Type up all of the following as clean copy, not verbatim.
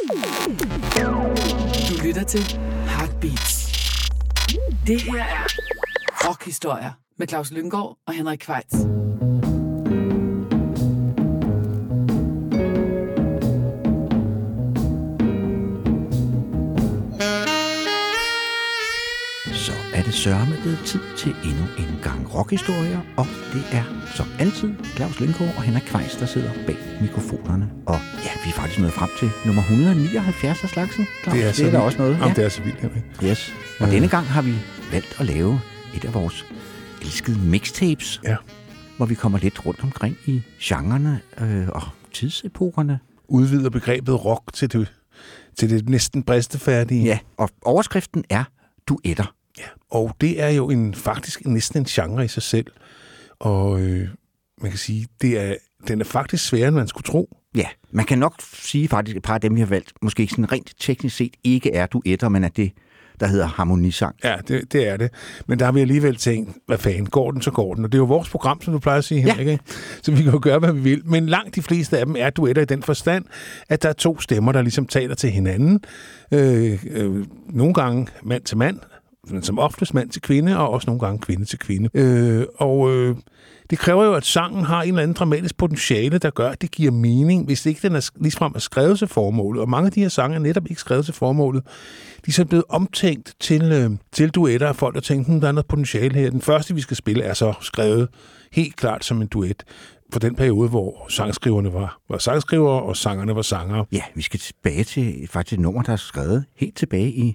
Du lytter til Heartbeats. Det her er rockhistorier med Claus Lynggaard og Henrik Kvejts. Så er det sørme blevet tid til endnu en gang rockhistorier, og det er som altid Claus Lynggaard og Henrik Kvejts, der sidder bag mikrofonerne. Og ja, vi er faktisk nået frem til nummer 179 af slagsen. Claus, det er der også noget. Jamen, det er så vildt, Henrik. Yes. Og denne gang har vi valgt at lave et af vores elskede mixtapes, hvor vi kommer lidt rundt omkring i genrerne og tidsepokerne. Udvider begrebet rock til det næsten bristefærdige. Ja, og overskriften er duetter. Ja, og det er jo faktisk næsten en genre i sig selv. Og man kan sige, den er faktisk sværere, end man skulle tro. Ja, man kan nok sige faktisk, at et par af dem, vi har valgt, måske ikke sådan rent teknisk set ikke er duetter, men at det, der hedder harmonisang. Ja, det er det. Men der har vi alligevel tænkt, hvad fanden, går den, så går den. Og det er jo vores program, som du plejer at sige, Henrik, ikke? Så vi kan jo gøre, hvad vi vil. Men langt de fleste af dem er duetter i den forstand, at der er to stemmer, der ligesom taler til hinanden. Nogle gange mand til mand, men som oftest mand til kvinde, og også nogle gange kvinde til kvinde. Det kræver jo, at sangen har en eller anden dramatisk potentiale, der gør, at det giver mening, hvis ikke den er ligefrem er skrevet til formålet. Og mange af de her sange er netop ikke skrevet til formålet. De er så blevet omtænkt til duetter af folk, der tænker, der er noget potentiale her. Den første, vi skal spille, er så skrevet helt klart som en duet for den periode, hvor sangskriverne var sangskrivere, og sangerne var sangere. Ja, vi skal tilbage til faktisk et nummer, der er skrevet helt tilbage i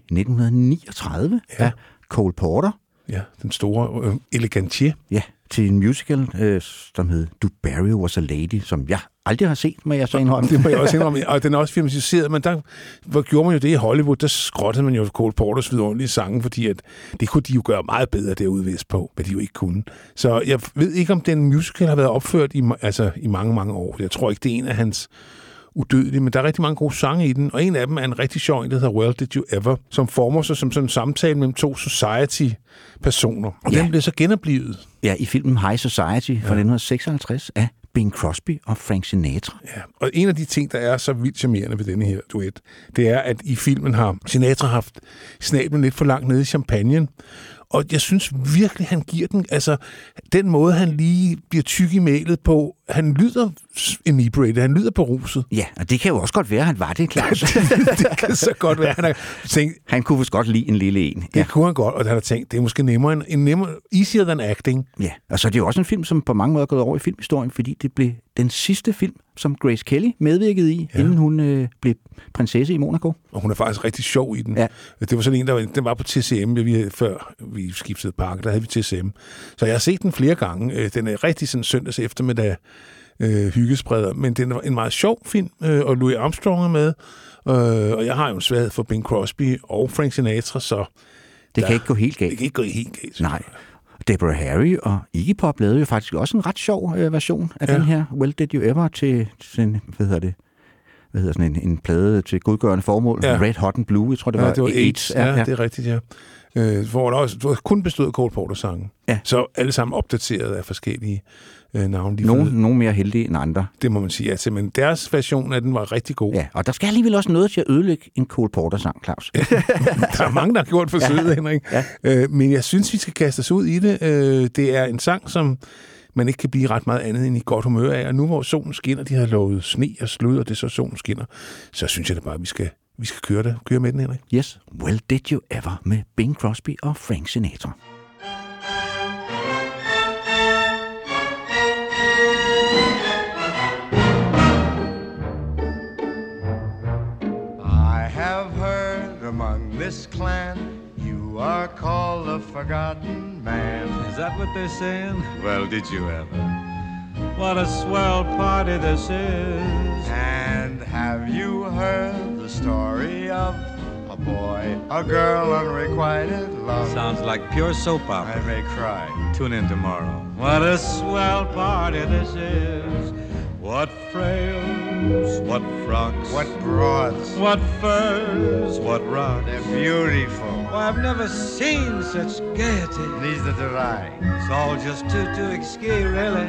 1939 af Cole Porter. Ja, den store elegantier. Ja, til en musical, som hed Du Barry Was a Lady, som jeg aldrig har set, må jeg så indrømme. Det må jeg også indrømme, og den er også filmatiseret, men hvor gjorde man jo det i Hollywood, der skrottede man jo Cole Porters vidunderlige sange, fordi at det kunne de jo gøre meget bedre derude vist på, hvad de jo ikke kunne. Så jeg ved ikke, om den musical har været opført i mange, mange år. Jeg tror ikke, det er en af hans udødelige, men der er rigtig mange gode sange i den, og en af dem er en rigtig sjov, der hedder Well Did You Ever, som former sig som sådan en samtale mellem to society-personer. Og den blev så genoplivet. Ja, i filmen High Society fra 1956 af Bing Crosby og Frank Sinatra. Ja, og en af de ting, der er så vildt charmerende ved denne her duet, det er, at i filmen har Sinatra haft snablen lidt for langt nede i champagnen, og jeg synes virkelig, han giver den, altså den måde, han lige bliver tyk i mælet på, han lyder inebriated, han lyder beruset. Ja, og det kan jo også godt være, han var det, Claus. Det kan så godt være, han har tænkt... Han kunne vist godt lide en lille en. Det kunne han godt, og han har tænkt, det er måske nemmere, easier than acting. Ja, og så er det jo også en film, som på mange måder er gået over i filmhistorien, fordi det blev den sidste film, som Grace Kelly medvirkede i, inden hun blev prinsesse i Monaco. Og hun er faktisk rigtig sjov i den. Ja. Det var sådan en, den var på TCM, før vi skiftede park, der havde vi TCM. Så jeg har set den flere gange. Den er rigtig sådan søndags eftermiddag hyggespreder, men den er en meget sjov film, og Louis Armstrong er med, og jeg har jo en svaghed for Bing Crosby og Frank Sinatra, så... Det kan ikke gå helt galt. Det kan ikke gå helt galt. Nej. Deborah Harry og Iggy Pop lavede jo faktisk også en ret sjov version af den her Well Did You Ever til sådan, en plade til godgørende formål. Red Hot and Blue, jeg tror det var AIDS. Ja, det er rigtigt, ja. Hvor der også kun bestod af Cole Porter-sangen. Ja. Så alle sammen opdateret af forskellige navne. Nogle mere heldige end andre. Det må man sige, ja. Men deres version af den var rigtig god. Ja, og der skal alligevel også noget til at ødelægge en Cole Porter-sang, Claus. Der er mange, der har gjort forsøget, Henrik. Ja. Men jeg synes, vi skal kaste os ud i det. Det er en sang, som man ikke kan blive ret meget andet end i godt humør af. Og nu hvor solen skinner, de har lovet sne og slud, og det så solen skinner, så synes jeg da bare, at vi skal køre med den, Henrik. Yes. Well Did You Ever med Bing Crosby og Frank Sinatra. I have heard among this clan you are called a forgotten man. Is that what they're saying? Well, did you ever? What a swell party this is. And have you heard the story of a boy, a girl, unrequited love? Sounds like pure soap opera. I may cry. Tune in tomorrow. What a swell party this is. What frails, what frocks, What broads, what furs, what rocks. they're beautiful. Oh, I've never seen such gaiety. Neither did I. It's all just too exquisite, really.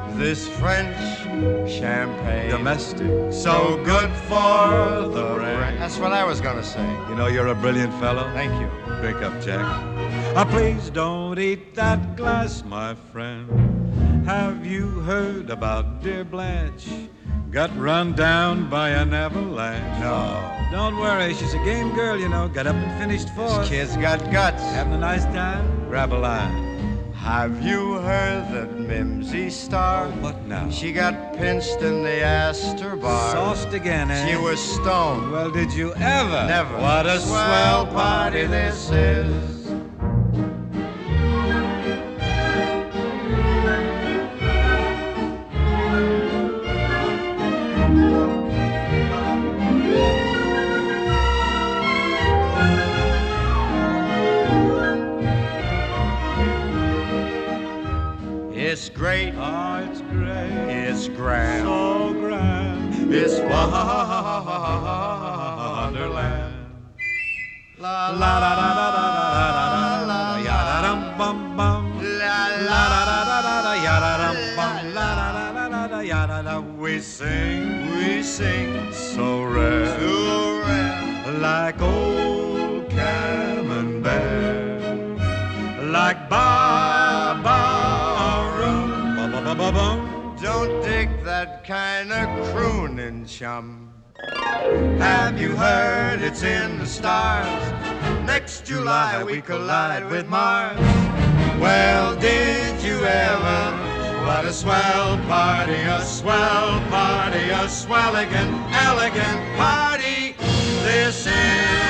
This French champagne, Domestic. so good for the brain. That's what I was gonna say. You know, you're a brilliant fellow. Thank you. Drink up, Jack. Please don't eat that glass, my friend. Have you heard about dear Blanche? Got run down by an avalanche. No. Don't worry, she's a game girl, you know. Got up and finished fourth. This kid's got guts. Having a nice time? Grab a line. Have you heard that Mimsy Star? Oh, what now? She got pinched in the Astor Bar. Sauced again, eh? She was stoned. Well, did you ever? Never. What a swell party this is. It's great. Oh, it's great. It's grand. So grand. It's Wonderland. La La da da da da da da da ya da dum bum bum. la La da da da da da ya da dum bum. La da da da da da ya da da. We sing So rare, to rare. like old Camembert, like Barbara. Ba-ba-ba-ba-bum. Don't dig that kind of crooning, chum. Have you heard it's in the stars? Next July we collide with Mars. Well, did you ever? What a swell party, a swell party, a swelligan, elegant party this is.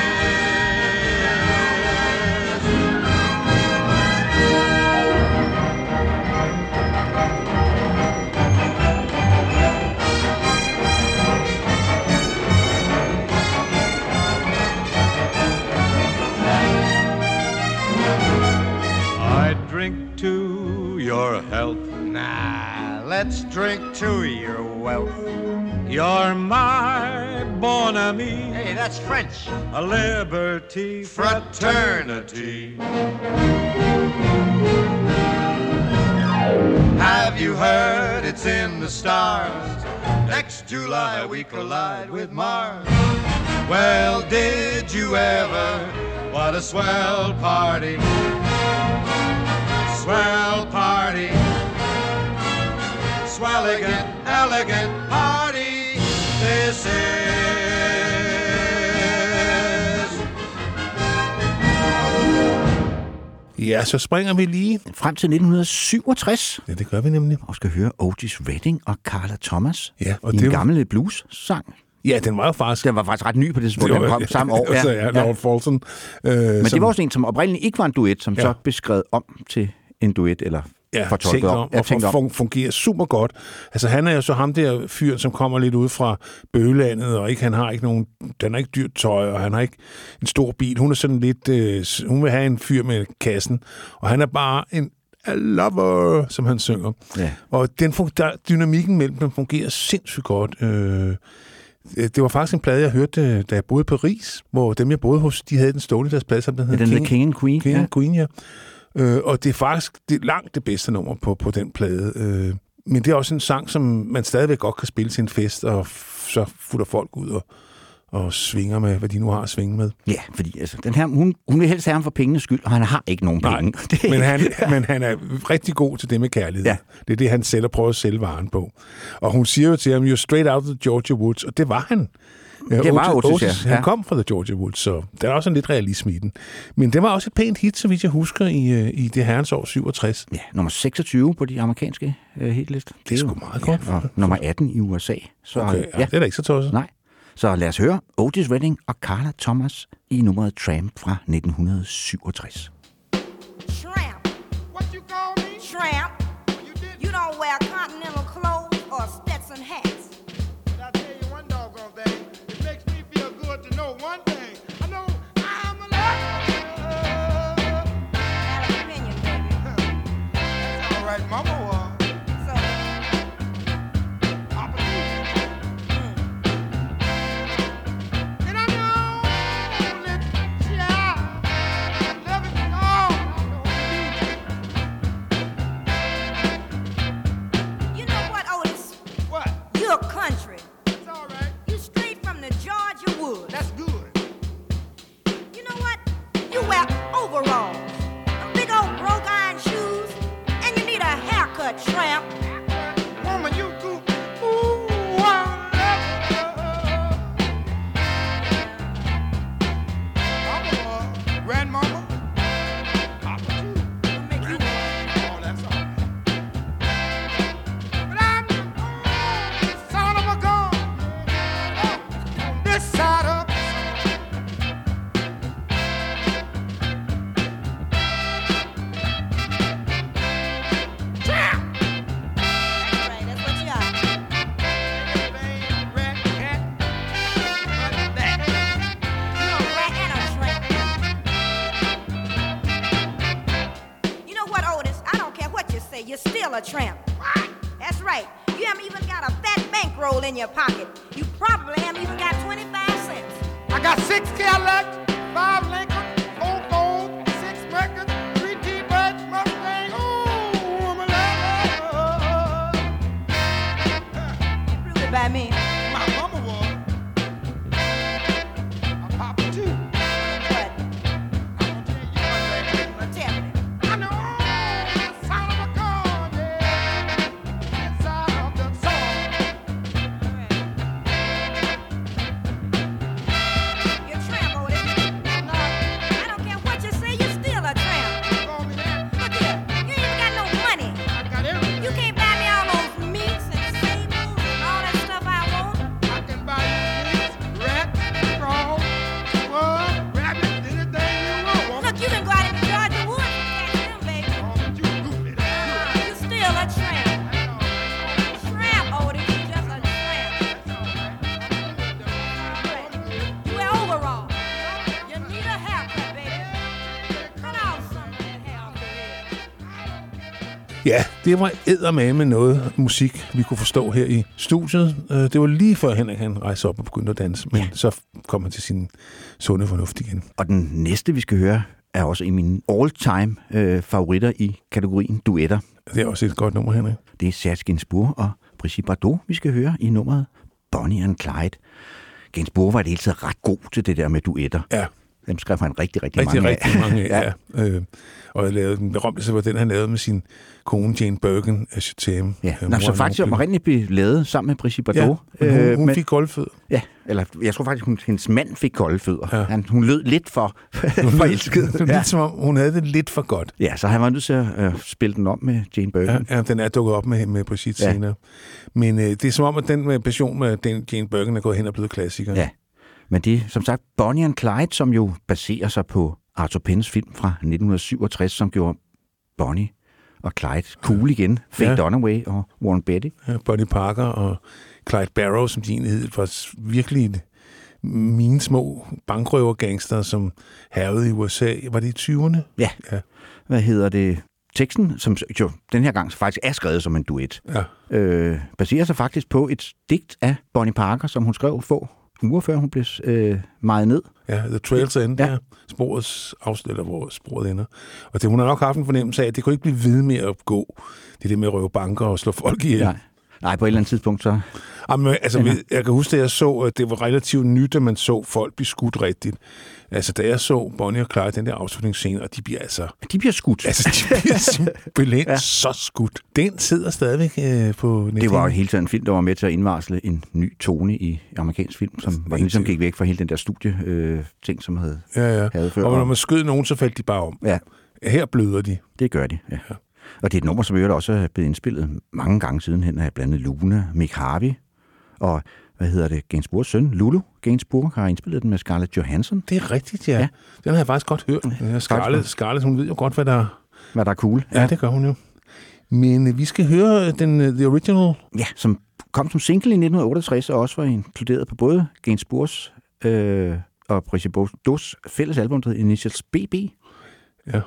I drink to your health. Nah, let's drink to your wealth. You're my bon ami. Hey, that's French. A liberty fraternity. Have you heard it's in the stars? Next July we collide with Mars. Well, did you ever? What a swell party. Swell party. Swelligan, elegant party this is. Ja, så springer vi lige. Frem til 1967, Ja, det gør vi nemlig. og skal høre Otis Redding og Carla Thomas Ja, og i det en var- gammel blues-sang. Ja, den var jo faktisk... Den var faktisk ret ny på det tidspunkt, den kom samme år. Altså, ja, Lord Fulton. Men det var også en, som oprindeligt ikke var en duet, som Ja. så blev skrevet om til en duet, eller fortolket tænkt om. Jeg tænkte om. Fungerer super godt. Altså, han er jo så ham der fyren, som kommer lidt ud fra bøgelandet, og han har ikke nogen, den har ikke dyrt tøj, og han har ikke en stor bil. Hun er sådan lidt, hun vil have en fyr med kassen, og han er bare en lover, som han synger. Ja. Og dynamikken mellem dem fungerer sindssygt godt. Det var faktisk en plade, jeg hørte, da jeg boede i Paris, hvor dem, jeg boede hos, de havde den stående deres plade, som den hed Den hedder King and Queen. King Ja. and Queen, ja. Og det er faktisk langt det bedste nummer på den plade. Men det er også en sang, som man stadigvæk godt kan spille til en fest, og så futter folk ud og svinger med, hvad de nu har at svinge med. Ja, fordi altså, den her, hun vil helst have ham for pengenes skyld, og han har ikke nogen penge. Det- Men han er rigtig god til det med kærlighed. Ja. Det er det, han selv prøver at sælge varen på. Og hun siger jo til ham, you're straight out of the Georgia Woods, og det var han. Det var Otis, ja. Han kom fra The Georgia Woods, så der er også en lidt realisme i den. Men det var også et pænt hit, så vidt jeg husker, i det herrens år 67. Ja, nummer 26 på de amerikanske hitliste. Det er sgu meget godt. Ja, og nummer 18 i USA. Så, Okay, ja, det er da ikke så tosset. Nej. Så lad os høre Otis Redding og Carla Thomas i nummeret Tramp fra 1967. Tramp. What you call me? Tramp. You did. You don't wear continental clothes or Stetson hats. But I tell you one doggone thing. It makes me feel good to know one thing. I know I'm a Not an opinion, baby. That's all right, Mama was. So, Papa too. And I know that child, I love it all. I know you know what, Otis? what? You a tramp. That's right. You haven't even got a fat bankroll in your pocket. You probably haven't even got 25 cents. I got 6 Cadillac, 5 Lincoln, 4 Ford, 6 Mercury, 3 T-Birds, Mustang. Ooh, my love. Prove it by me. My mama was. My papa too. What? I'm gonna tell you one thing. Well, tell me. I know the sound of a gun, yeah, inside of the song. You're a tramp, Otis. I don't care what you say, you're still a tramp. Call me that. Look here, you ain't even got no money. I got everything. You can't buy me all those meats and sables and all that stuff I want. I can buy you meat, rat, frog, squirrel, rabbit, anything you want. Look, you can go out into Georgia woods and catch them, baby. Oh, but you goofy. You're still a tramp. Tramp, Otis, you're just a tramp. You wear overalls. You need a haircut, baby. Cut off some of that hair off your head. Ja, det var eddermame noget musik, vi kunne forstå her i studiet. Det var lige før Henrik han rejste op og begyndte at danse, men så kom han til sin sunde fornuft igen. Og den næste, vi skal høre, er også en af mine all-time favoritter i kategorien duetter. Det er også et godt nummer, Henrik. Det er Serge Gainsbourg og Brigitte Bardot, vi skal høre i nummeret Bonnie and Clyde. Gainsbourg var i det hele taget ret god til det der med duetter. Ja, Dem skrev han rigtig mange af. rigtig mange af. Ja. Og jeg lavede den berømte, var den, han lavede med sin kone Jane Birkin af Chatham. Ja, så faktisk oprindeligt blev lavet sammen med Brigitte Bardot. Ja, hun fik koldfødder. Ja, eller jeg tror faktisk, hendes mand fik kolde fødder. Ja. Hun lød lidt for forelsket. Det var lidt som om, hun havde det lidt for godt. Ja, så han var nødt til at spille den om med Jane Birkin. Ja, den er dukket op med Brigitte senere. Men det er som om, at den med passion med den Jane Birkin er gået hen og blevet klassiker. Ja, men det er som sagt Bonnie and Clyde, som jo baserer sig på Arthur Penns film fra 1967, som gjorde Bonnie og Clyde cool igen. Faye Dunaway og Warren Beatty. Ja, Bonnie Parker og Clyde Barrow, som de egentlig hed, var virkelig mine små bankrøvergangster, som hærgede i USA. Var det i 20'erne? Ja. Hvad hedder det? Teksten, som jo den her gang faktisk er skrevet som en duet, baserer sig faktisk på et digt af Bonnie Parker, som hun skrev få uger før hun blev mejet ned. Ja, The Trail's End, ja. Sporets afsnit, hvor sporet ender. Og det, hun har nok haft en fornemmelse af, at det kunne ikke blive ved med at gå. Det der med at røve banker og slå folk ihjel. Nej, på et eller andet tidspunkt så... Jamen, altså, jeg kan huske, at jeg så, at det var relativt nyt, at man så folk blive skudt rigtigt. Altså, da jeg så Bonnie og Clyde, den der afslutningsscene, og de bliver altså... De bliver skudt. Altså, de bliver simpelthen så skudt. Den sidder stadigvæk på nettet. Det var jo hele tiden en film, der var med til at indvarsle en ny tone i amerikansk film, som var ligesom gik væk fra hele den der studie-ting, som havde før. Og når man skød nogen, så faldt de bare om. Ja. Her bløder de. Det gør de, ja. Og det er et nummer, som også er blevet indspillet mange gange sidenhen af blandt andet Luna, Mick Harvey og, Gainsbourgs søn, Lulu Gainsbourg, har indspillet den med Scarlett Johansson. Det er rigtigt, ja. Den har jeg faktisk godt hørt. Scarlett, hun ved jo godt, hvad der er cool. Ja, det gør hun jo. Men vi skal høre The Original. Ja, som kom som single i 1968, og også var inkluderet på både Gainsbourgs og Brigitte Bardots fælles album, der hedder Initials BB. Ja.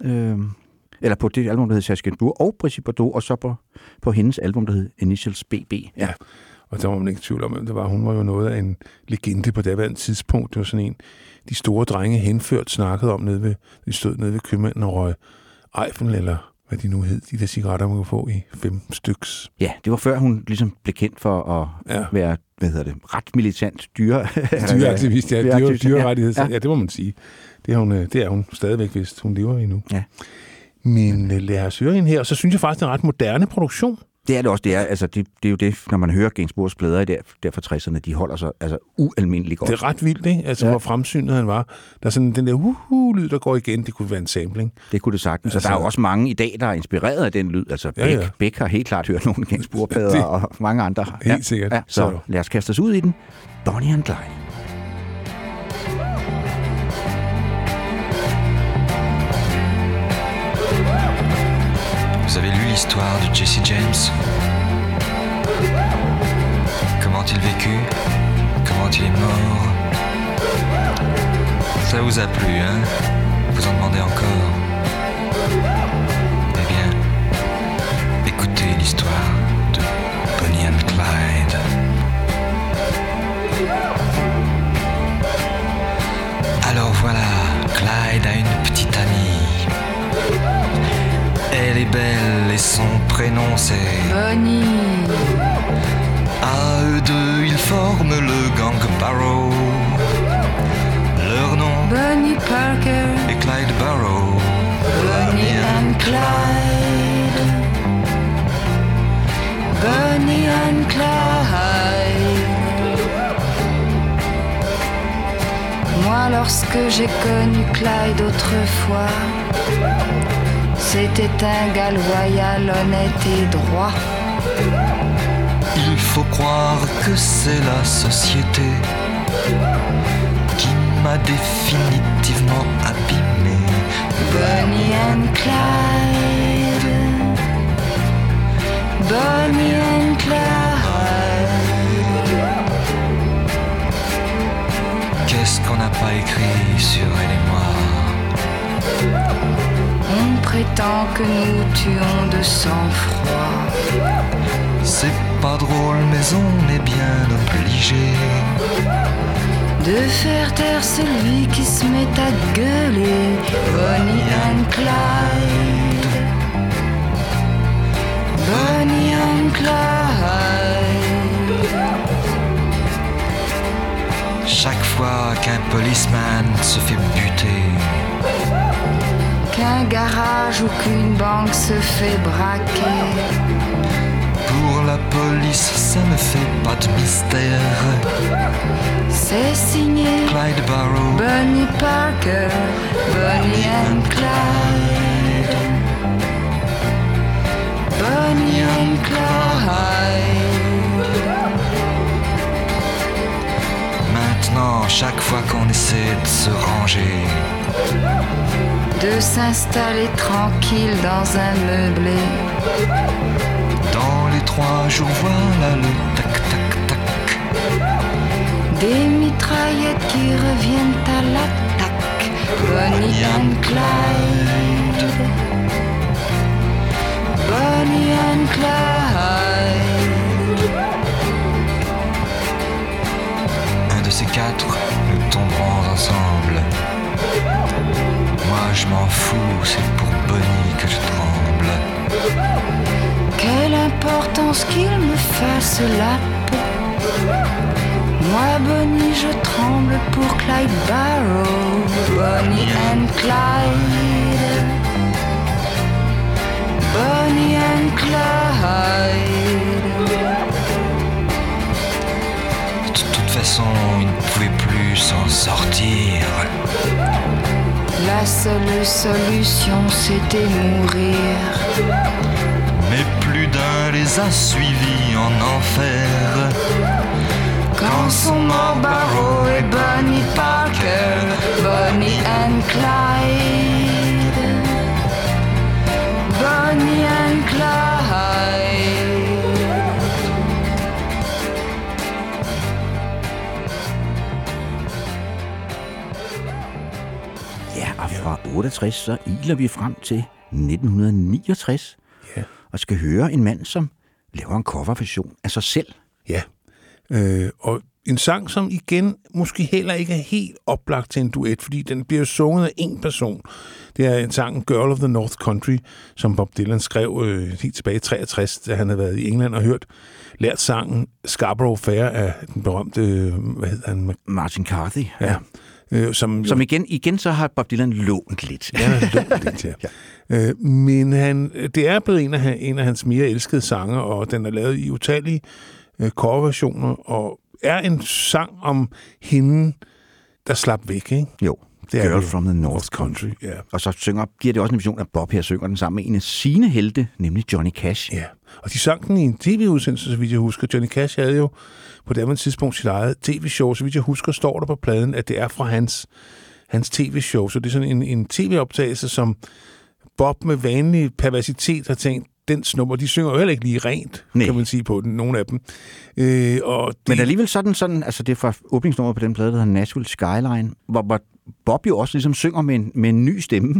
Eller på det album, der hed Serge Gainsbourg og Brigitte Bardot, og så på hendes album, der hed Initials BB. Ja, og der var man ikke i tvivl om, hvem det var. Hun var jo noget af en legende på daværende tidspunkt. Det var sådan en, de store drenge henført snakkede om, de stod nede ved købmanden og røg Eiffel, eller hvad de nu hed, de der cigaretter, man kunne få i 5 styks. Ja, det var før hun ligesom blev kendt for at være, ret militant dyreaktivist, dyrerettighed. Ja, det må man sige. Det er hun stadigvæk, hvis hun lever endnu. Ja. Men lad os høre hende her, og så synes jeg faktisk, det er en ret moderne produktion. Det er det også. Det er jo det, når man hører Gainsbourgs plader der fra 60'erne, de holder sig ualmindeligt godt. Det er ret vildt, ikke? Altså, hvor fremsynet han var. Der er sådan den der lyd, der går igen. Det kunne være en sampling. Det kunne det sagtens. Altså, der er jo også mange i dag, der er inspireret af den lyd. Altså, Beck har helt klart hørt nogle Gainsbourg-plader, og mange andre har. Helt sikkert. Ja, så lad os kaste os ud i den. Bonnie and Clyde. Vous avez lu l'histoire de Jesse James? Comment il vécut? Comment il est mort? Ça vous a plu, hein? Vous en demandez encore? Eh bien, écoutez. son prénom c'est Bonnie. À eux deux, ils forment le gang Barrow. Leur nom Bonnie Parker. est Clyde Barrow. Bonnie and Clyde. Bonnie and Clyde. Moi, lorsque j'ai connu Clyde autrefois, c'était un gars loyal, honnête et droit. Il faut croire que c'est la société qui m'a définitivement abîmé. Bonnie and Clyde. Bonnie and Clyde. Qu'est-ce qu'on n'a pas écrit sur elle et moi? On prétend que nous tuons de sang-froid. C'est pas drôle mais on est bien obligé De faire taire celui qui se met à gueuler. Bonnie and Clyde. Bonnie and Clyde. chaque fois qu'un policeman se fait buter. Qu'un garage ou qu'une banque se fait braquer. Pour la police, ça ne fait pas de mystère. C'est signé Clyde Barrow, Bonnie Parker, Bonnie and Clyde. Bonnie and Clyde. Maintenant, chaque fois qu'on essaie de se ranger, De s'installer tranquille dans un meublé. dans les 3 jours, voilà le tac-tac-tac. Des mitraillettes qui reviennent à l'attaque. Bonnie and Clyde. Bonnie and Clyde. Un de ces 4, nous tomberons ensemble. Moi je m'en fous, c'est pour Bonnie que je tremble. Quelle importance qu'il me fasse la peau. Moi, Bonnie, je tremble pour Clyde Barrow. Bonnie and Clyde. Bonnie and Clyde. De toute façon, il ne pouvait plus s'en sortir. La seule solution, c'était mourir. Mais plus d'un les a suivis en enfer. Quand sont morts Barrow et Bonnie Parker, Bonnie and Clyde. Bonnie and Clyde. Ja, og fra 68 så iler vi frem til 1969. Ja. Og skal høre en mand, som laver en coverversion af sig selv. Ja, og en sang, som igen måske heller ikke er helt oplagt til en duet, fordi den bliver jo sunget af en person. Det er en sang, Girl of the North Country, som Bob Dylan skrev helt tilbage i 63, da han havde været i England og lært sangen Scarborough Fair af den berømte, hvad hedder han? Martin Carthy. Ja. Som igen så har Bob Dylan lånt lidt. Ja, lånt lidt, ja. Men det er blevet en af hans mere elskede sange, og den er lavet i utallige coverversioner, og er en sang om hende, der slap væk, ikke? Jo, det Girl from the North Country. Ja. Og så giver det også en vision, at Bob her synger den sammen med en af sine helte, nemlig Johnny Cash. Ja, og de sang den i en tv-udsendelse, så vidt jeg husker. Johnny Cash havde jo på det andet tidspunkt sit eget tv-show, så vidt jeg husker, står der på pladen, at det er fra hans tv-show. Så det er sådan en tv-optagelse, som Bob med vanlig perversitet har tænkt, den snummer, de synger jo heller ikke lige rent, kan man sige på den, nogle af dem. Men alligevel sådan, altså det er fra åbningsnummeret på den plade, der hedder Nashville Skyline, hvor Bob jo også ligesom synger med en ny stemme. Ja.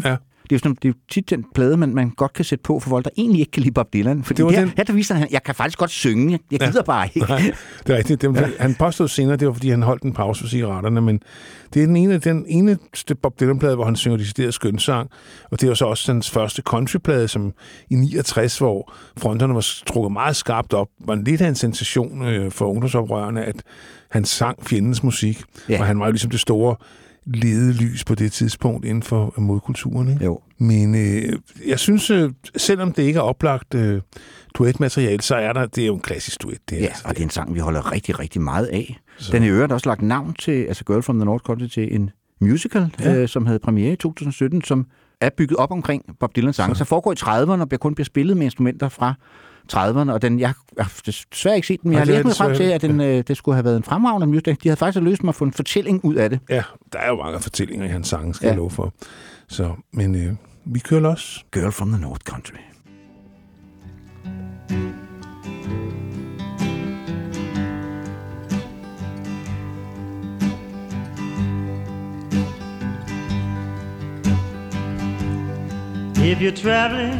Det er jo tit den plade, man godt kan sætte på for folk, der egentlig ikke kan lide Bob Dylan. Fordi her der viser han, jeg kan faktisk godt synge. Jeg gider bare ikke. Nej, det er rigtigt. Han påstod senere, det var fordi, han holdt en pause for cigaretterne, men det er den eneste Bob Dylan-plade, hvor han synger decideret skønsang. Og det var så også hans første countryplade, som i 69, hvor fronterne var trukket meget skarpt op, var lidt af en sensation for ungdomsoprørerne, at han sang fjendens musik. Ja. Og han var jo ligesom det store ledelys på det tidspunkt inden for modkulturen. Ikke? Jo. Men jeg synes, selvom det ikke er oplagt duetmateriale, så er det er jo en klassisk duet. Det ja, og det er en sang, vi holder rigtig, rigtig meget af. Så. Den er i øvrigt også lagt navn til, altså Girl from the North Country, til en musical, som havde premiere i 2017, som er bygget op omkring Bob Dylans sange. Så foregår i 30'erne og kun bliver spillet med instrumenter fra 30'erne, og jeg har desværre ikke set den, men jeg har læst mig frem til, at det skulle have været en fremragende musical. De havde faktisk løst mig at få en fortælling ud af det. Ja, der er jo mange fortællinger i hans sange, skal jeg love for. Så, men vi kører los. Girl from the North Country. If you're traveling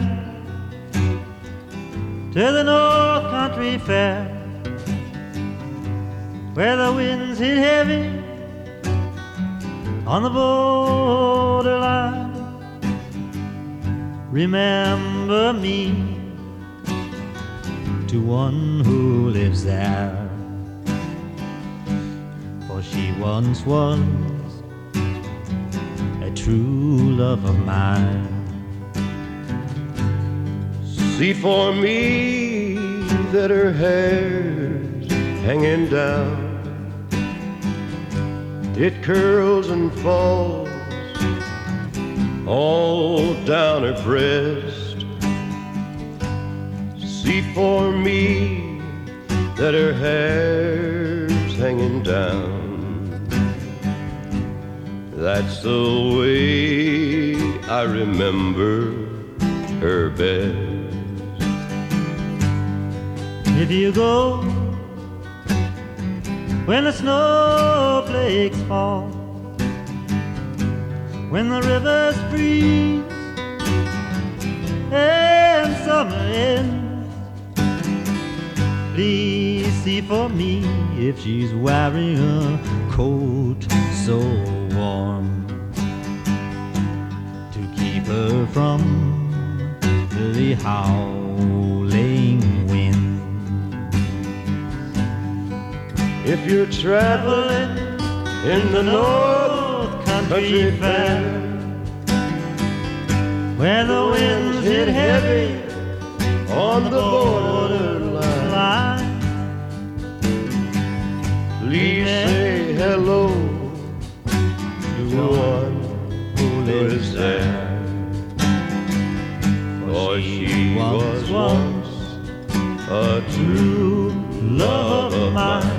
to the North Country Fair, where the winds hit heavy on the borderline, remember me to one who lives there, for she once was a true love of mine. See for me that her hair's hanging down, it curls and falls all down her breast. See for me that her hair's hanging down, that's the way I remember her best. If you go when the snowflakes fall, when the rivers freeze and summer ends, please see for me if she's wearing a coat so warm to keep her from the howling wind. If you're traveling in the North Country Fair, where the winds hit heavy on the borderline, please say hello to one who lives there, for she was once a true love of mine.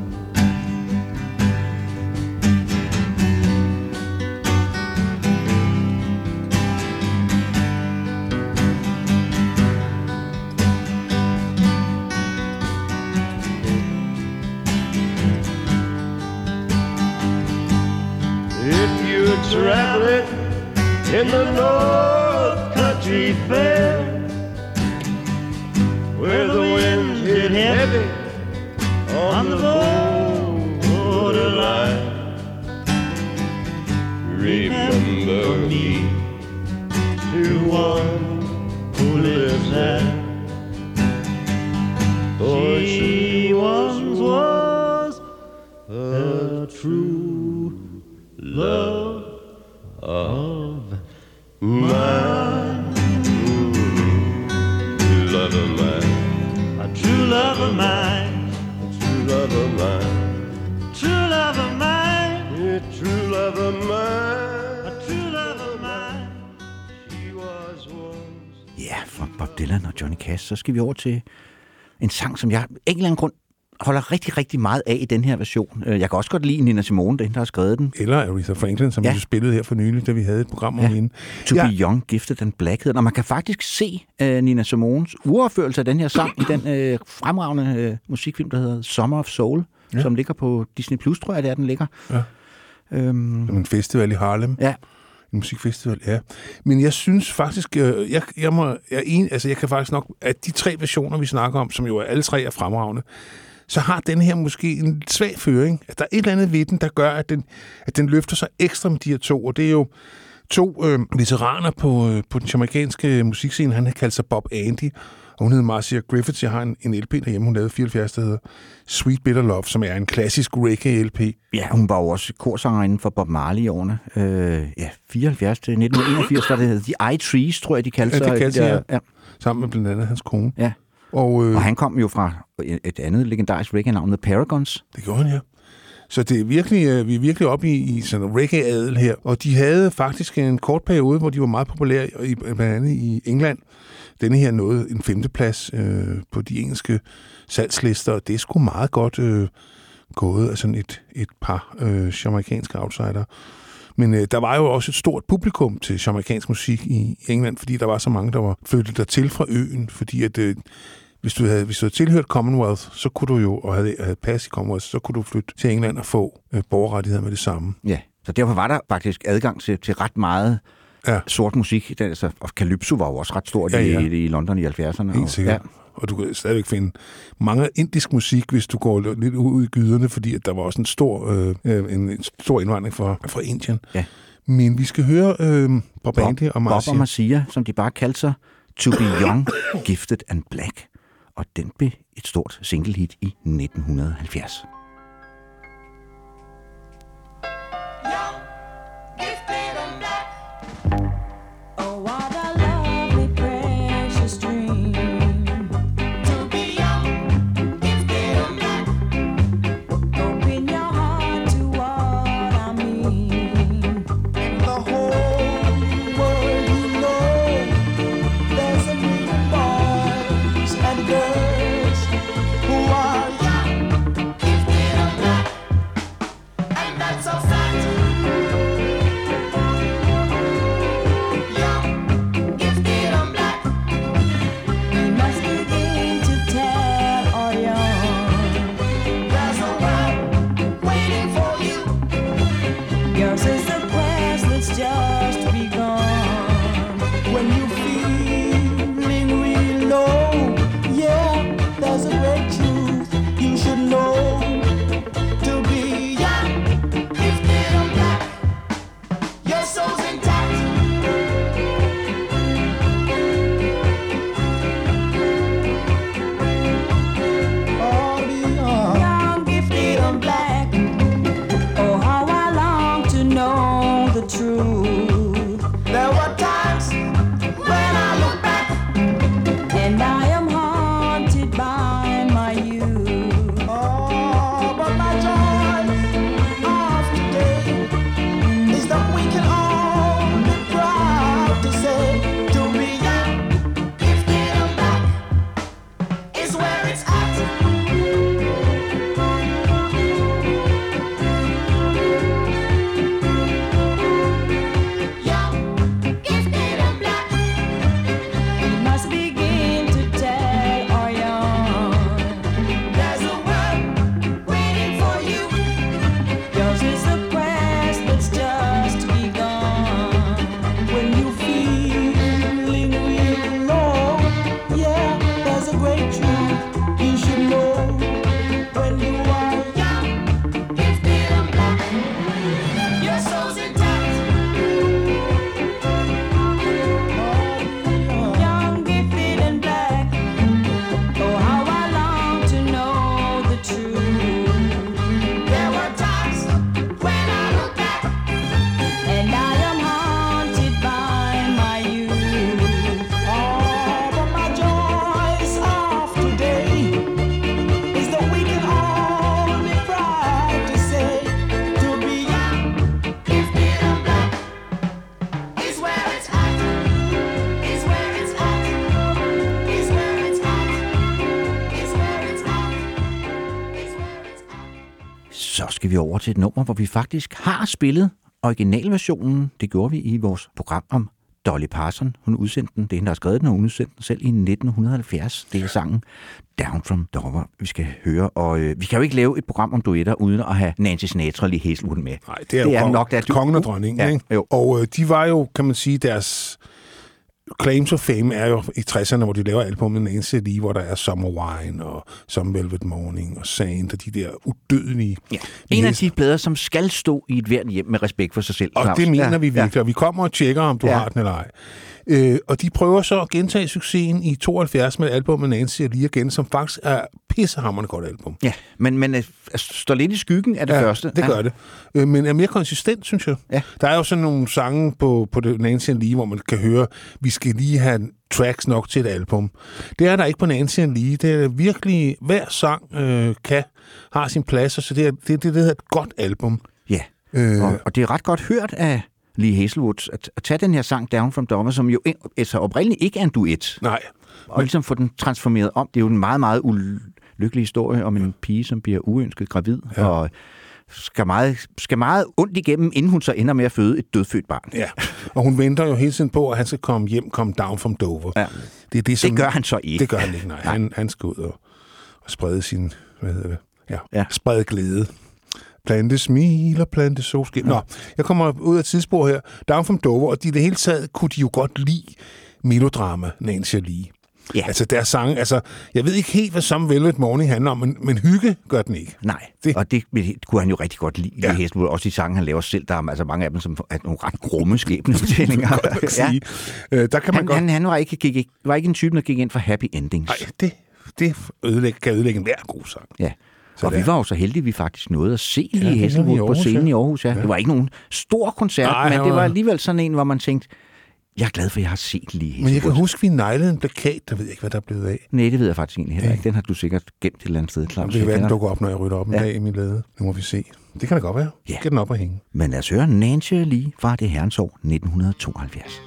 Traveling in the North Country Fair, where the winds hit heavy on the borderline, remember me to one who lives there, for she once was a true love of mine. True love of mine. A true love of mine. A true love of mine. True love of mine. A true love of mine. A true love of mine. She was once. Ja, fra Bob Dylan og Johnny Cash, så skal vi over til en sang, som jeg af en eller anden grund holder rigtig, rigtig meget af i den her version. Jeg kan også godt lide Nina Simone, den der har skrevet den. Eller Aretha Franklin, som vi spillede her for nylig, da vi havde et program om hende. To Be Young, Gifted and Black. Og man kan faktisk se Nina Simones uoverførelse af den her sang i den fremragende musikfilm, der hedder Summer of Soul, som ligger på Disney Plus, tror jeg, det er, den ligger. Ja. En festival i Harlem. Ja. En musikfestival, ja. Men jeg synes faktisk, jeg kan faktisk nok, at de 3 versioner, vi snakker om, som jo alle 3 er fremragende, så har den her måske en svag føring. At der er et eller andet ved den, der gør, at den løfter sig ekstra med de her 2. Og det er jo 2 veteraner på den jamaicanske musikscene. Han har kaldt sig Bob Andy, og hun hedder Marcia Griffiths. Jeg har en LP derhjemme, hun lavede 74, der hedder Sweet Bitter Love, som er en klassisk reggae-LP. Ja, hun var jo også korsangerinde for Bob Marley i årene. 74 til 1981 var det The I-Trees, tror jeg, de kaldte sig. Ja, det kaldte sig, ja. Sammen med blandt andet hans kone. Ja. Og han kom jo fra et andet legendarisk reggae-navn, The Paragons. Det gjorde han, ja. Så det er virkelig, vi er virkelig oppe i sådan en reggae-adel her. Og de havde faktisk en kort periode, hvor de var meget populære, blandt andet i England. Denne her nåede en 5. plads på de engelske salgslister, og det er sgu meget godt gået af sådan et par jamaicanske outsider. Men der var jo også et stort publikum til jamaicansk musik i England, fordi der var så mange, der var flyttet dertil fra øen, fordi at hvis du havde tilhørt Commonwealth, så kunne du jo, og havde pas i Commonwealth, så kunne du flytte til England og få borgerrettigheder med det samme. Ja, så derfor var der faktisk adgang til ret meget sort musik. Og Calypso var jo også ret stort i London i 70'erne. Helt sikkert. Ja. Og du kan stadigvæk finde mange indisk musik, hvis du går lidt ud i gyderne, fordi at der var også en stor indvandring fra Indien. Ja. Men vi skal høre Bob Andy og Marcia. Bob og Marcia, som de bare kaldte sig, To Be Young, Gifted and Black. Og den blev et stort single-hit i 1970. Skal vi over til et nummer, hvor vi faktisk har spillet originalversionen. Det gjorde vi i vores program om Dolly Parton, hun udsendte den. Det er hende, der har skrevet den, og hun udsendte den selv i 1970. Det er sangen Down from Dover, vi skal høre. Og vi kan jo ikke lave et program om duetter, uden at have Nancy Sinatra og Lee Hazelwood med. Nej, det er jo nok kongen og dronningen. Ja, ikke? Og de var jo, kan man sige, deres claim to fame er jo i 60'erne, hvor de laver albumet Nancy Lee, hvor der er Summer Wine og Some Velvet Morning og Sand og de der udødelige. Ja. En af de plader, som skal stå i et hvert hjem med respekt for sig selv. Og Claus. Det mener vi virkelig, og vi kommer og tjekker, om du har den eller ej. Og de prøver så at gentage succesen i 72 med albumet Nancy Lee igen, som faktisk er pissehammerende godt album. Ja, men står lidt i skyggen af det første. Det gør det. Men er mere konsistent, synes jeg. Ja. Der er jo sådan nogle sange på det Nancy Lee, hvor man kan høre, vi skal lige have tracks nok til et album. Det er der ikke på Nancy Lee. Det er virkelig, hver sang har sin plads, og så det hedder et godt album. Ja, og det er ret godt hørt af Lee Hazelwood at tage den her sang Down from Dover, som jo altså oprindeligt ikke er en duet. Nej. Og ligesom få den transformeret om. Det er jo en meget, meget ulykkelig historie om en pige, som bliver uønsket gravid, og skal meget ondt igennem, inden hun så ender med at føde et dødfødt barn. Ja, og hun venter jo hele tiden på, at han skal komme down from Dover. Ja. Det gør han så ikke. Det gør han ikke, nej. Han skal ud og sprede sin, sprede glæde. Plante smil og plante solskin. Nå, jeg kommer ud af tidsspor her. Down from Dover, og det hele taget kunne de jo godt lide melodrama, Nancy Lee. Ja. Altså deres sange, jeg ved ikke helt, hvad Some Velvet Morning handler om, men hygge gør den ikke. Nej, og det kunne han jo rigtig godt lide. Ja. Også de sange, han laver selv, der er altså mange af dem, som er nogle ret grumme skæbnefortællinger. Der kan man han var ikke en type, der gik ind for happy endings. Nej, det kan ødelægge enhver god sang. Ja. Og vi var jo så heldige, at vi faktisk nåede at se Lee Hazelwood på scenen i Aarhus. Ja. Det var ikke nogen stor koncert, men det var alligevel sådan en, hvor man tænkte, jeg er glad for, at jeg har set Lee Hazelwood. Men jeg kan huske, vi neglede en plakat, der ved jeg ikke, hvad der er blevet af. Nej, det ved jeg faktisk egentlig heller ikke. Den har du sikkert gemt et eller andet sted, Claus. Det kan være, den dukker op, når jeg rydder op en dag i min lade. Nu må vi se. Det kan da godt være. Ja. Get den op og hænge. Men lad os høre Nancy Lee fra det herrens år 1972.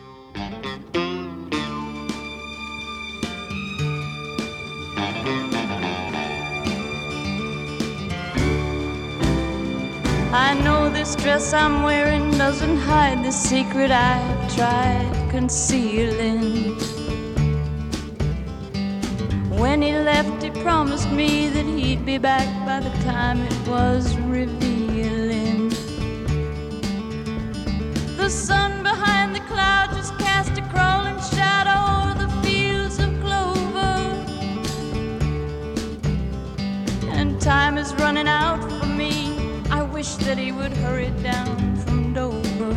I know this dress I'm wearing doesn't hide the secret I've tried concealing. When he left, he promised me that he'd be back by the time it was revealing. The sun behind the cloud just cast a crawling shadow over the fields of clover. And time is running out for me. I wish that he would hurry down from Dover.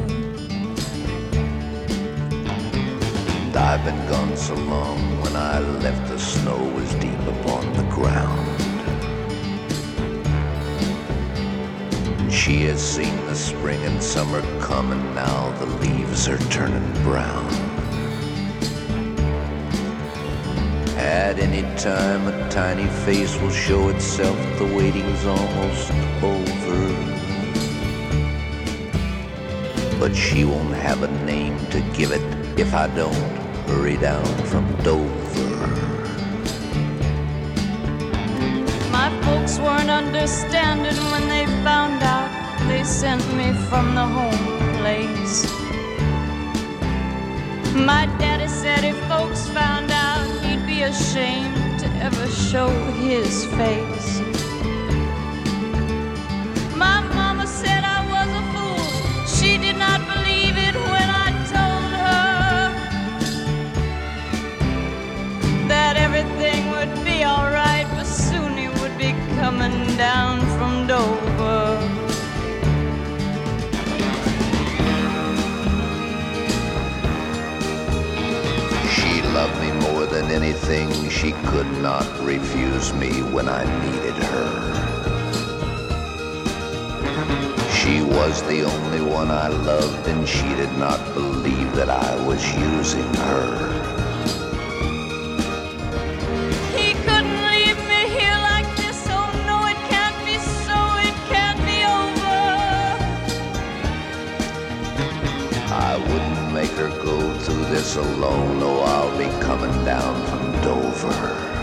And I've been gone so long. When I left, the snow was deep upon the ground. And she has seen the spring and summer come, and now the leaves are turning brown. At any time a tiny face will show itself, the waiting's almost over. But she won't have a name to give it if I don't hurry down from Dover. My folks weren't understanding when they found out. They sent me from the home place. My daddy said if folks found out, he'd be ashamed to ever show his face. My mama said I was a fool. She did not believe it when I told her that everything would be alright, but soon he would be coming down from Dover. She loved me more than anything. She could not refuse me when I needed her. She was the only one I loved, and she did not believe that I was using her. He couldn't leave me here like this. Oh no, it can't be so. It can't be over. I wouldn't make her go through this alone. Oh, I'll be coming down from Dover.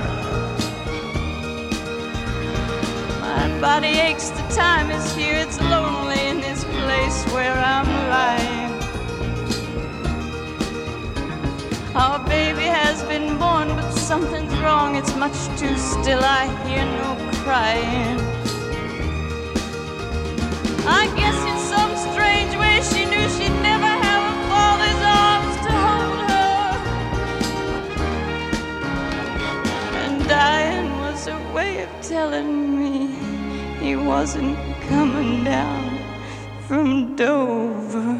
My body aches, the time is here. It's lonely in this place where I'm lying. Our baby has been born, but something's wrong. It's much too still. I hear no crying. I guess in some strange way she knew she'd never have a father's arms to hold her. And dying was a way of telling me he wasn't coming down from Dover.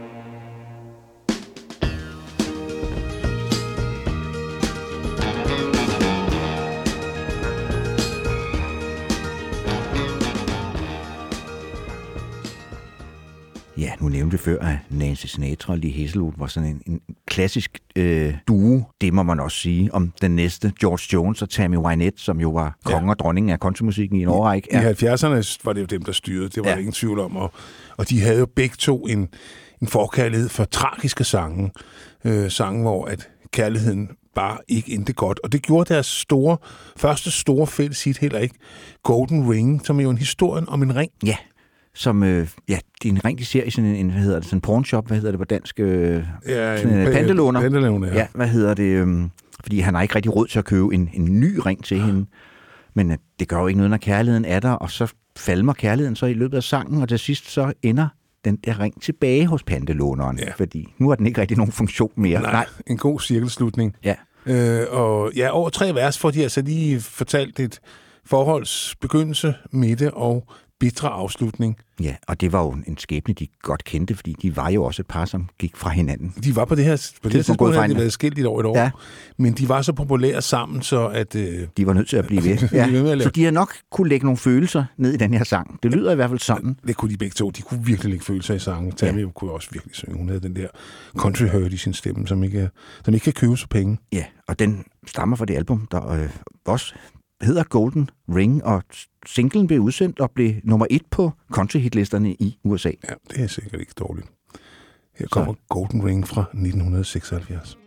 Ja, nu nævnte vi før, at Nancy Sinatra og Lee Hazelwood var sådan en klassisk duo, det må man også sige, om den næste George Jones og Tammy Wynette, som jo var kongen og dronningen af countrymusikken i en årrække. I 70'erne var det jo dem, der styrede, det var der ingen tvivl om, og de havde jo begge to en forkærlighed for tragiske sange, sange, hvor at kærligheden bare ikke endte godt. Og det gjorde deres første store fælles hit heller ikke. Golden Ring, som er jo en historie om en ring. Ja, som, det er en ring, de ser i sådan en, hvad hedder det, sådan en pornshop, hvad hedder det på dansk? Sådan en pantelåner. Pantelåner, ja. Hvad hedder det? Fordi han har ikke rigtig råd til at købe en ny ring til hende. Men det gør jo ikke noget, når kærligheden er der, og så falmer kærligheden så i løbet af sangen, og til sidst så ender den der ring tilbage hos pantelåneren, fordi nu har den ikke rigtig nogen funktion mere. Nej. En god cirkelslutning. Ja. Og ja, over 3 vers får de altså lige fortalt et forholds begyndelse, midte og bitre afslutning. Ja, og det var jo en skæbne, de godt kendte, fordi de var jo også et par, som gik fra hinanden. De var på det her tidspunkt, havde de været skilt i over et år, men de var så populære sammen, så at... de var nødt til at blive ved. Ja. Så de har nok kunne lægge nogle følelser ned i den her sang. Det lyder i hvert fald sådan. Det kunne de begge to. De kunne virkelig lægge følelser i sangen. Tammy kunne også virkelig synge. Hun havde den der country hurt i sin stemme, som ikke kan købes for penge. Ja, og den stammer fra det album, der også hedder Golden Ring, og singlen blev udsendt og blev nummer 1 på country-hitlisterne i USA. Ja, det er sikkert ikke dårligt. Her kommer Golden Ring fra 1976.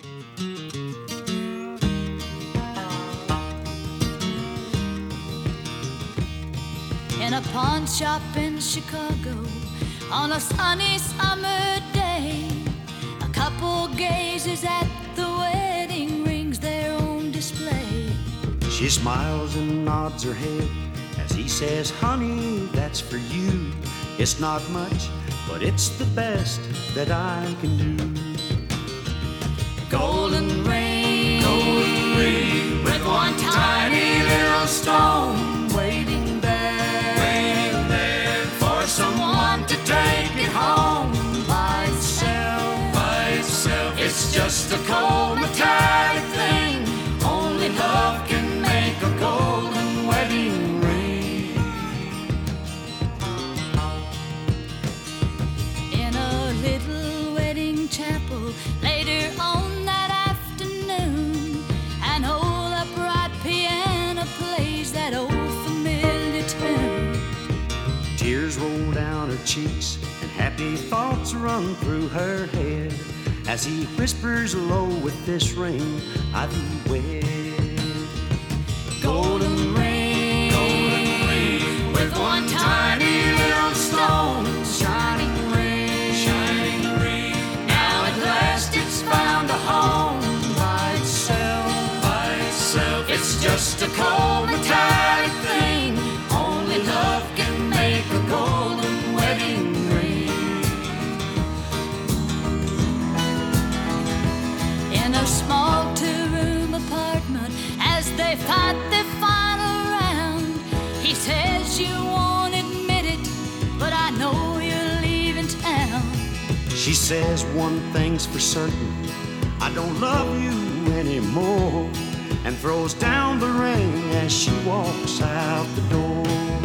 In a pawn shop in Chicago on a sunny summer day, a couple gazes at the wedding rings there on display. She smiles and nods her head as he says, honey, that's for you. It's not much, but it's the best that I can do. Golden ring with one tiny little stone waiting there for someone to take it home by itself. It's just a cold metallic thing. Only love can make a golden wedding ring. In a little wedding chapel later on that afternoon, an old upright piano plays that old familiar tune. Tears roll down her cheeks and happy thoughts run through her head as he whispers low, with this ring I thee wed. Golden ring with one tiny little stone, shining ring. Now at last it's found a home by itself. It's just a cold metallic thing. Only love can make a golden wedding ring. In a small 2-room apartment, as they fight their final round, he says, you won't admit it, but I know you're leaving town. She says one thing's for certain, I don't love you anymore, and throws down the ring as she walks out the door.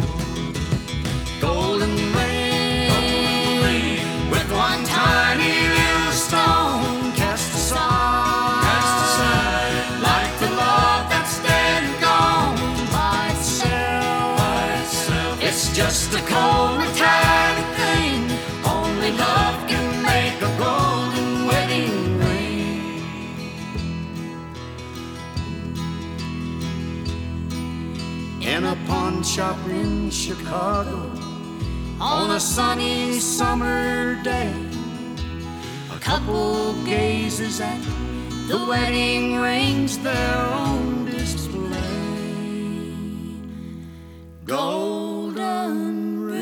Golden ring with one tiny little stone cast aside like the love that's dead and gone by itself. It's just a cold metallic thing. Only love can make a golden wedding ring. In a pawn shop in Chicago on a sunny summer day, a couple gazes at the wedding rings their own display. Golden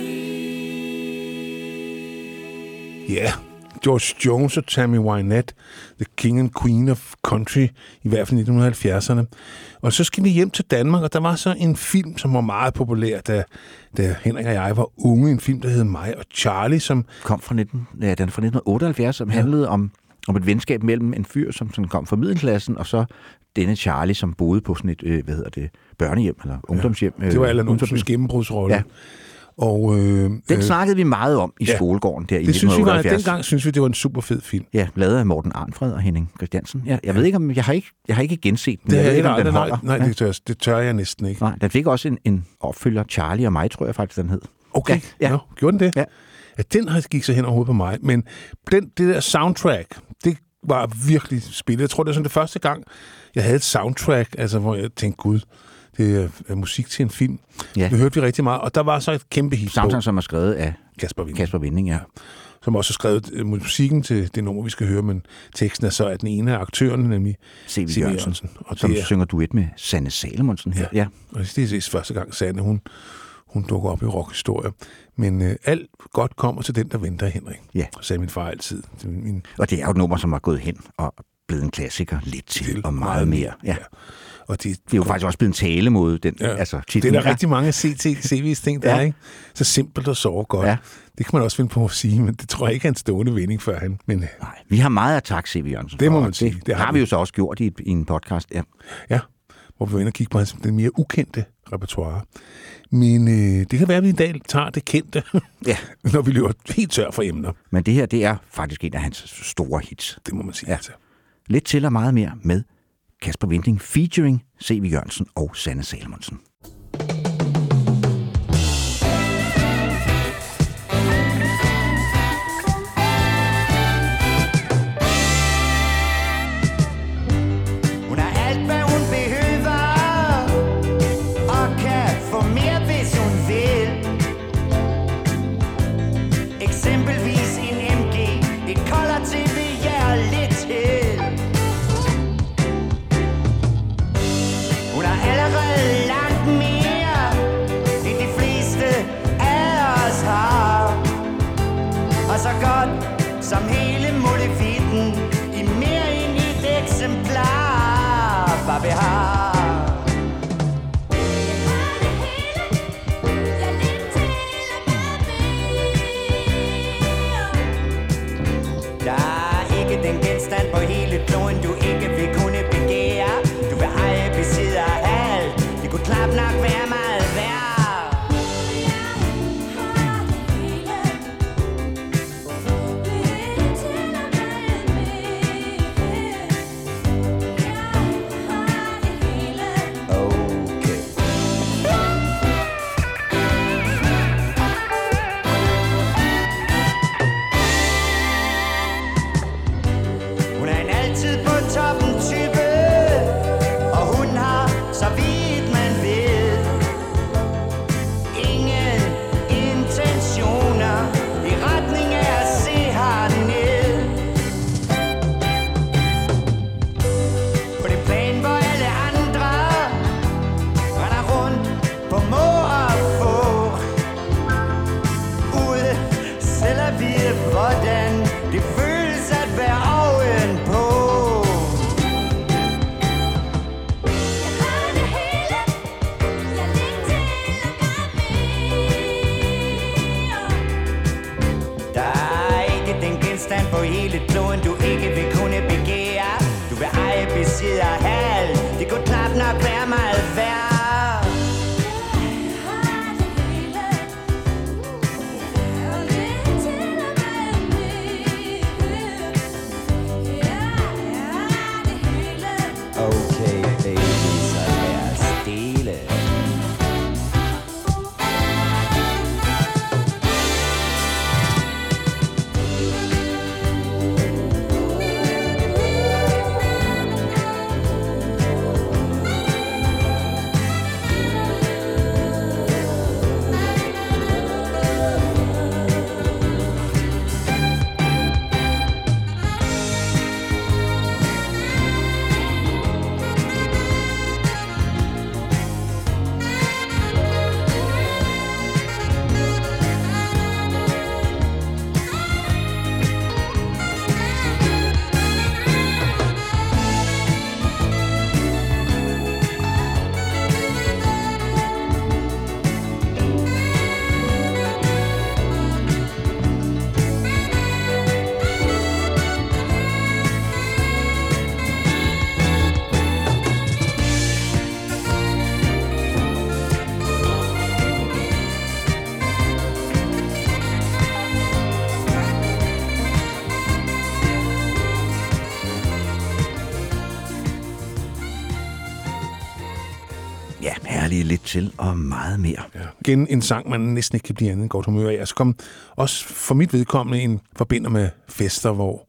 ring. Ja, George Jones og Tammy Wynette, The King and Queen of Country, i hvert fald 1970'erne. Og så skal vi hjem til Danmark, og der var så en film, som var meget populær, da Henrik og jeg var unge. En film, der hed Mig og Charlie, som kom fra 1978, som handlede om et venskab mellem en fyr, som sådan kom fra middelklassen, og så denne Charlie, som boede på sådan et, børnehjem eller ungdomshjem. Det var Allan Olsens gennembrudsrolle. Ja. Og, den snakkede vi meget om i skolegården der i 1978. Dengang synes vi, det var en super fed film. Ja, lavet af Morten Arnfred og Henning Christiansen. Jeg ved ikke, om jeg har ikke genset den. Det tør jeg næsten ikke. Nej, den fik også en opfølger, Charlie og mig, tror jeg faktisk, den hed. Okay, gjorde den det? Ja. Ja, den gik så hen over hovedet på mig. Men det der soundtrack, det var virkelig spillet. Jeg tror, det var sådan det første gang, jeg havde et soundtrack, altså hvor jeg tænkte, gud, det er musik til en film. Ja. Det hørte vi rigtig meget, og der var så et kæmpe hit. Soundtrack, som er skrevet af Kasper Winding, ja. Som også har skrevet musikken til det nummer, vi skal høre, men teksten er så af den ene af aktørerne, nemlig C.V. Jørgensen. Og som synger duet med Sanne Salomonsen her. Ja. Og det er første gang, Sanne, hun dukker op i rockhistorie. Men alt godt kommer til den, der venter, Henrik. Ja. Sagde min far altid. Og det er jo et nummer, som er gået hen og blevet en klassiker lidt til og meget mere. Ja. Og det er jo faktisk også blevet en tale mod den. Ja. Altså, det er der rigtig mange CV's ting, der er, ikke? Så simpelt og så godt. Ja. Det kan man også finde på at sige, men det tror jeg ikke er en stående vending for han. Men, nej, vi har meget at takke C.V. Jørgensen. Det må man sige. Det har vi jo så også gjort i en podcast. Ja, hvor vi var inde og kigge på den mere ukendte repertoire. Men det kan være, at vi i dag tager det kendte, når vi løber helt tør for emner. Men det her, det er faktisk en af hans store hits. Det må man sige. Ja. Altså. Lidt til og meget mere med Kasper Winding featuring C.V. Jørgensen og Sanne Salomonsen. Hun har alt, hvad hun behøver, og kan få mere, hvis hun vil. Eksempelvis en MG, et color TV, ja, og lidt til. Hun har allerede langt mere, end de fleste af os har. Og så godt som hele molevitten i mere end et eksemplar, hvad vi har. Der er ikke den genstand på hele kloden, du ikke vil kunne begære. Du vil eje, besidde og alt. Det kunne knap nok være meget værd. Hun er en altid på toppen type, og hun har, så vidt man ved, ingen intentioner i retning af at se herned. På det plan, hvor alle andre render rundt på må og få, ude selv at vide, hvordan det føles at være ovenpå. Der er ikke den genstand på hele kloden, du ikke vil kunne begære. Du vil eje, besidde og have. Det kunne knap nok være meget værd. Okay, baby, så lad os dele. lige lidt til og meget mere. Ja. Igen en sang, man næsten ikke kan blive andet end godt humør af. Altså kom også for mit vedkommende en forbinder med fester, hvor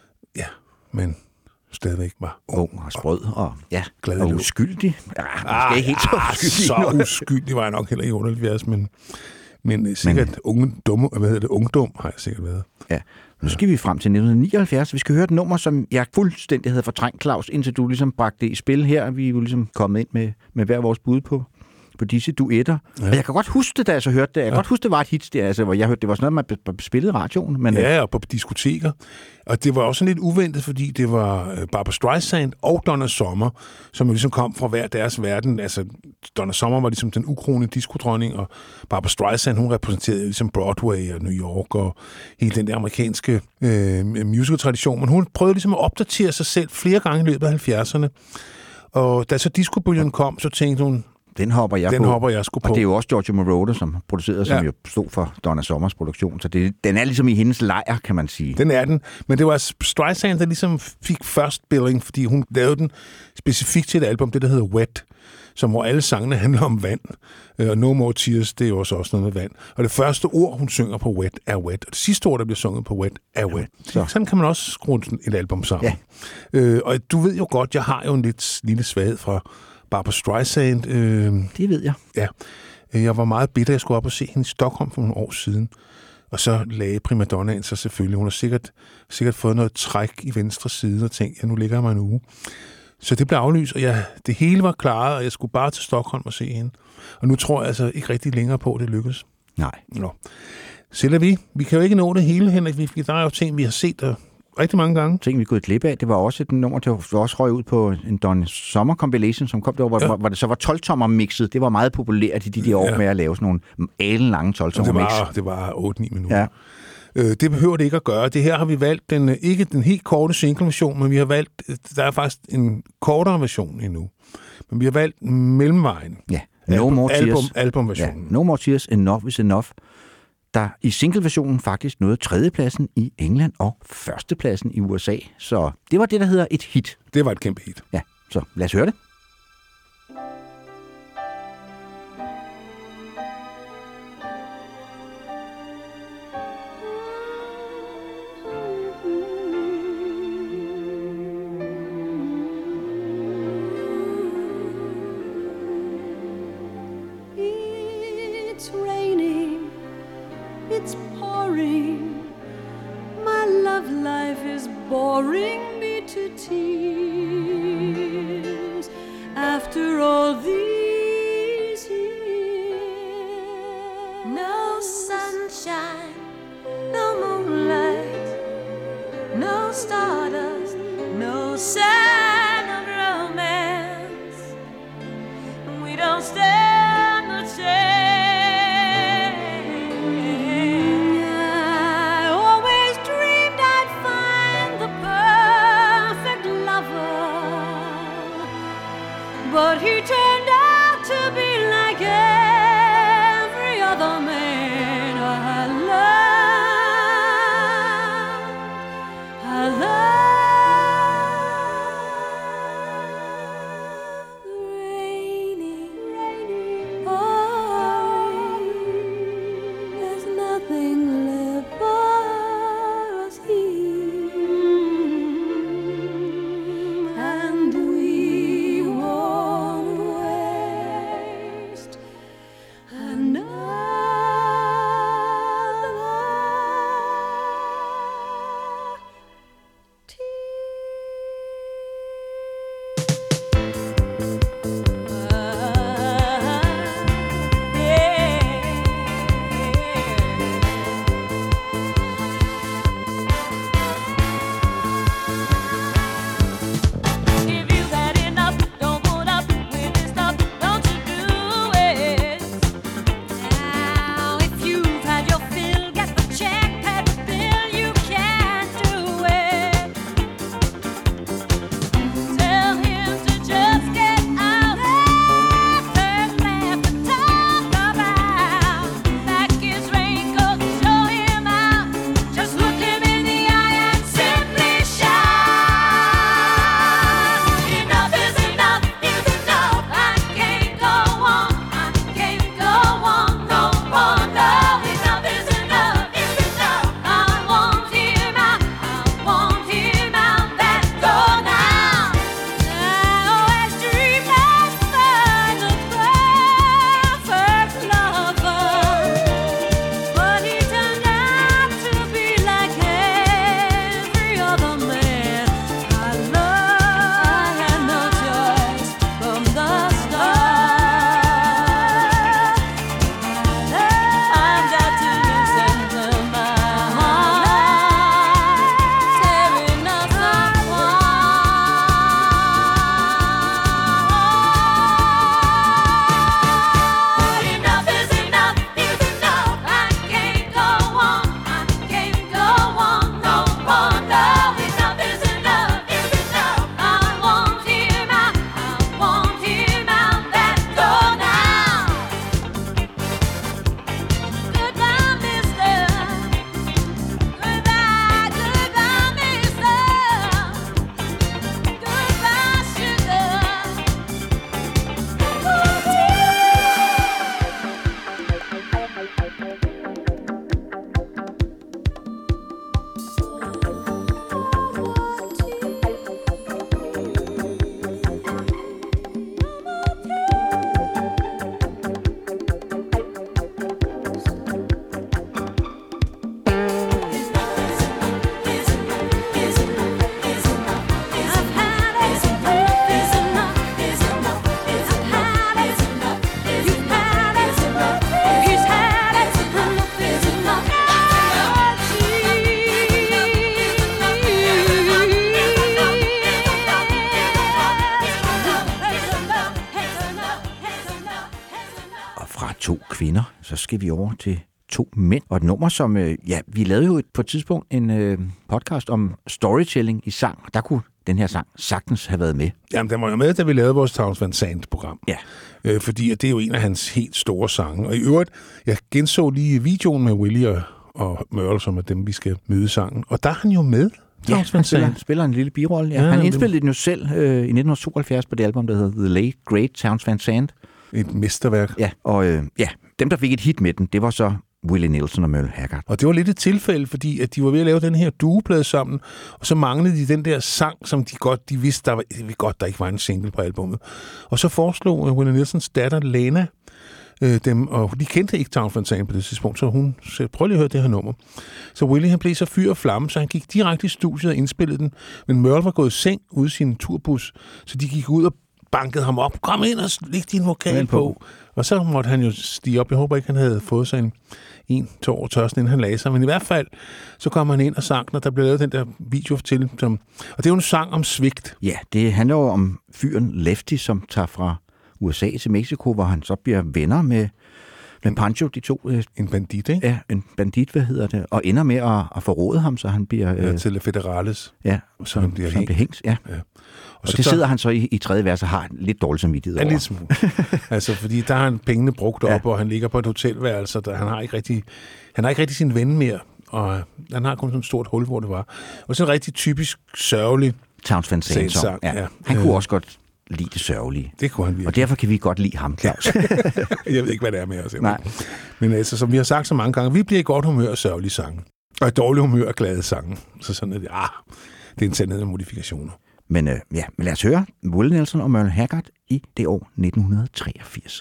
man stadigvæk var ung og sprød og glad og uskyldig. Ja, ikke helt så uskyldig. Så uskyldig var jeg nok heller i 78, men sikkert ungdom har jeg sikkert været. Ja. Nu skal vi frem til 1979. Vi skal høre et nummer, som jeg fuldstændig havde fortrængt, Claus, indtil du ligesom bragte det i spil her. Vi er jo ligesom kommet ind med hver vores bud på disse duetter. Ja. Og jeg kan godt huske det, da jeg så hørte det. Jeg kan godt huske, det var et hit, altså, hvor jeg hørte, det var sådan noget, man spillede i radioen. Men, og på diskoteker. Og det var også lidt uventet, fordi det var Barbra Streisand og Donna Summer, som jo ligesom kom fra hver deres verden. Altså, Donna Summer var ligesom den ukrone diskodronning, og Barbra Streisand, hun repræsenterede ligesom Broadway og New York og hele den der amerikanske musical-tradition. Men hun prøvede ligesom at opdatere sig selv flere gange i løbet af 70'erne. Og da så discobølgen kom, så tænkte hun, Den hopper jeg sgu på. Og det er jo også Giorgio Moroder, som producerede, som jo stod for Donna Summers produktion. Så den er ligesom i hendes lejr, kan man sige. Den er den. Men det var Streisand, der ligesom fik først billing, fordi hun lavede den specifikt til et album, det der hedder Wet, som hvor alle sangene handler om vand. Og No More Tears, det er jo også noget med vand. Og det første ord, hun synger på Wet, er Wet. Og det sidste ord, der bliver sunget på Wet, er Wet. Sådan kan man også skrue et album sammen. Ja. Og du ved jo godt, jeg har jo en lille svaghed fra Barbra Streisand. Det ved jeg. Ja. Jeg var meget bitter, jeg skulle op og se hende i Stockholm for nogle år siden. Og så lagde primadonnaen sig selvfølgelig. Hun har sikkert fået noget træk i venstre side og tænkt, nu ligger jeg mig en uge. Så det blev aflyst, og det hele var klaret, og jeg skulle bare til Stockholm og se hende. Og nu tror jeg altså ikke rigtig længere på, at det lykkes. Nej. Nå. Selv vi kan jo ikke nå det hele, Henrik. Der er jo ting, vi har set rigtig mange gange. Ting, vi er gået glip af. Det var også et nummer, der også røg ud på en Donna Summer compilation, som kom derovre, hvor det så var 12-tommer mixet. Det var meget populært i de år med at lave sådan nogle alenlange 12-tommer mix. Det var 8-9 minutter. Ja. Det behøver det ikke at gøre. Det her har vi valgt ikke den helt korte single-version, men vi har valgt, der er faktisk en kortere version endnu. Men vi har valgt mellemvejen. Ja, No More Tears. Albumversionen. Ja, No More Tears, Enough is Enough. Der i single-versionen faktisk nåede 3. pladsen i England og 1. pladsen i USA. Så det var det, der hedder et hit. Det var et kæmpe hit. Ja, så lad os høre det. It's raining, it's pouring, my love life is boring me to tears. After all these years, no sunshine, no moonlight, no stardust, no sign of romance. We don't stand a chance. But he turned out to be like every other man I loved. så skal vi over til 2 mænd og et nummer, som, vi lavede jo på et tidspunkt en podcast om storytelling i sang, og der kunne den her sang sagtens have været med. Jamen, den var jo med, da vi lavede vores Townes Van Sant-program. Ja. Fordi det er jo en af hans helt store sange. Og i øvrigt, jeg genså lige videoen med Willie og Merle, som er dem, vi skal møde sangen. Og der er han jo med. Ja, han spiller en lille birolle. Ja. Han indspillede den jo selv i 1972 på det album, der hedder The Late Great Townes Van Sant. Et mesterværk. Ja, og dem, der fik et hit med den, det var så Willie Nelson og Merle Haggard. Og det var lidt et tilfælde, fordi at de var ved at lave den her dueplade sammen, og så manglede de den der sang, som de vidste, der ikke var en single på albumet. Og så foreslog Willie Nelsons datter, Lena, dem, og de kendte ikke Townes Van Sant på det tidspunkt, så hun sagde, prøv lige at høre det her nummer. Så Willie, han blev så fyr og flamme, så han gik direkte i studiet og indspillede den, men Merle var gået i seng ude i sin turbus, så de gik ud og bankede ham op. Kom ind og læg din vokal på. Og så måtte han jo stige op. Jeg håber ikke, han havde fået sig en tår tørsten, inden han lagde sig. Men i hvert fald, så kom han ind og sang, når der blev lavet den der video til. Og det er jo en sang om svigt. Ja, det handler jo om fyren Lefty, som tager fra USA til Mexico, hvor han så bliver venner med Pancho, de to. En bandit, ikke? Ja, en bandit, og ender med at forråde ham, så han bliver... til Federales. Ja, så han bliver hængt. Ja. Og det sidder han så i tredje vers og har lidt dårlig samvittighed over. Ja, lidt smule. Altså, fordi der har han pengene brugt op, og han ligger på et hotelværelse, der han har ikke rigtig sin ven mere, og han har kun sådan et stort hul, hvor det var. Og så en rigtig typisk sørgelig Townes Van Sant-sang. Ja. Han kunne også godt lide det sørgelige. Det kunne han virkelig. Og derfor kan vi godt lide ham, Claus. Jeg ved ikke, hvad det er med os. Nej. Men altså, som vi har sagt så mange gange, vi bliver i godt humør af sørgelige sange. Og i dårlig humør af glade sange. Så sådan er det. Det er en sandhed af modifikationer. Men lad os høre Willie Nelson og Merle Haggard i det år 1983.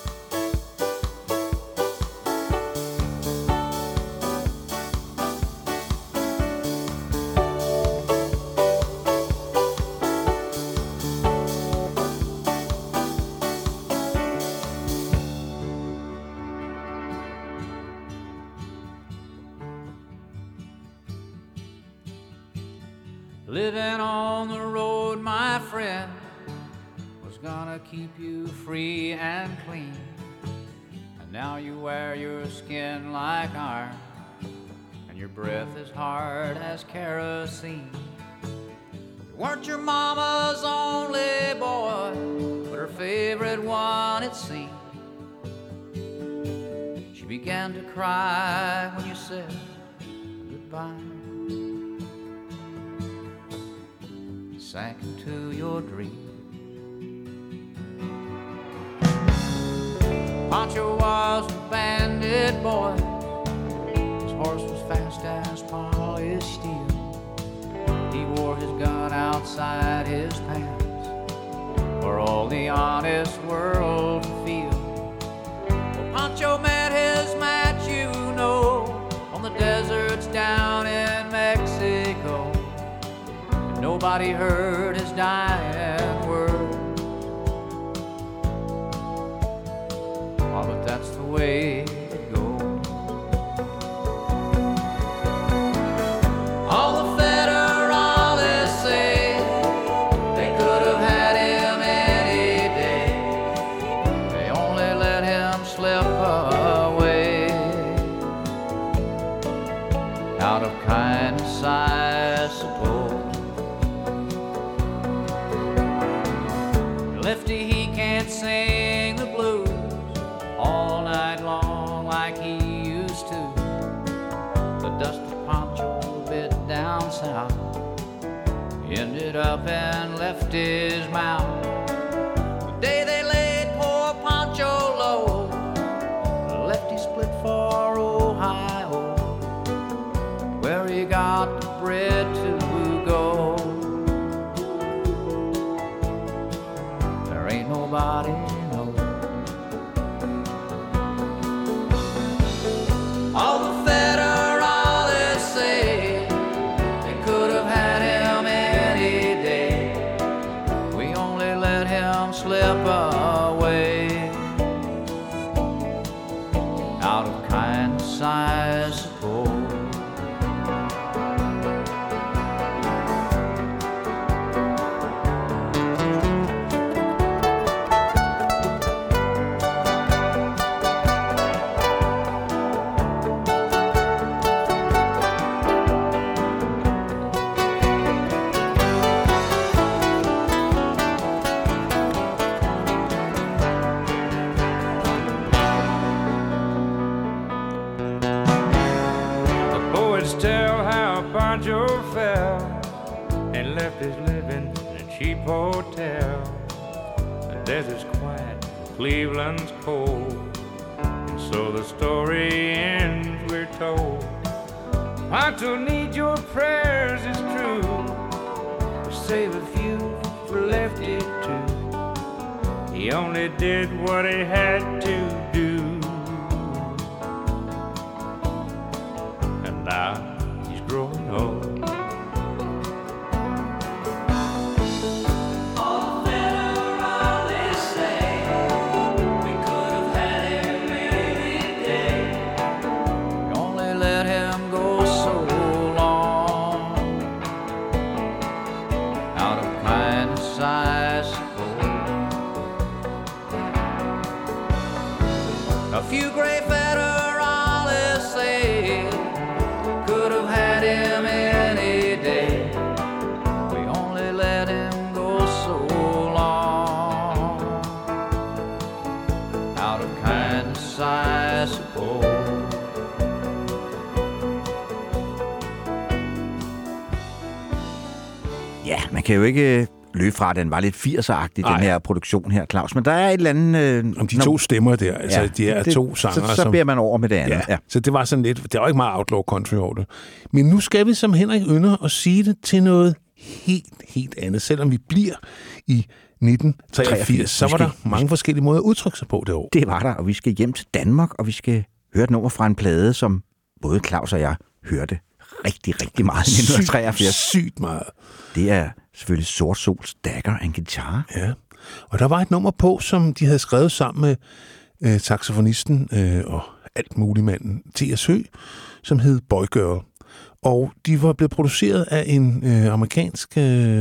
Living on the road, my friend, was gonna keep you free and clean. And now you wear your skin like iron, and your breath is hard as kerosene. You weren't your mama's only boy, but her favorite one, it seemed. She began to cry when you said goodbye. Sank into your dream. Pancho was a bandit boy. His horse was fast as polished steel. He wore his gun outside his pants for all the honest world to feel. Well, Pancho met his match, you know, on the deserts down in Mexico. Nobody heard his dying word. Oh, but that's the way it goes. All the federales say they could have had him any day. They only let him slip away. Out of kindness, I suppose. Lefty, he can't sing the blues all night long like he used to. The dusty Pancho a bit down south ended up and left his mouth. The day they laid poor Pancho low, Lefty split for Ohio, where he got the bread to go. Nobody knows. All the federales say they could have had him any day. We only let him slip away. Out of kindness, I suppose. Pancho fell and left his living in a cheap hotel. The desert's quiet, Cleveland's cold, and so the story ends, we're told. Pancho needs your prayers, it's true, to save a few for Lefty too. He only did what he had to do, and now he's growing old. A few great federales say could have had him any day. We only let him go so long. Out of kindness, I suppose. Ja, man kan jo ikke løbe fra, den var lidt 80'er-agtig, den her produktion her, Claus. Men der er et eller andet... Om de to stemmer der, altså ja, de er to sanger. Så beder man over med det andet. Ja. Så det var sådan lidt... Der var ikke meget outlaw country over det. Men nu skal vi, som Henrik ynder, og sige det til noget helt andet. Selvom vi bliver i 1983, så var der mange forskellige måder at udtrykke sig på det år. Det var der, og vi skal hjem til Danmark, og vi skal høre et nummer fra en plade, som både Claus og jeg hørte rigtig meget i 1983. Sygt meget. Det er selvfølgelig Sort Sols Dagger and Guitar. Ja, og der var et nummer på, som de havde skrevet sammen med saxofonisten og altmuligmanden T.S. Høgh, som hed Boy Girl. Og de var blevet produceret af en amerikansk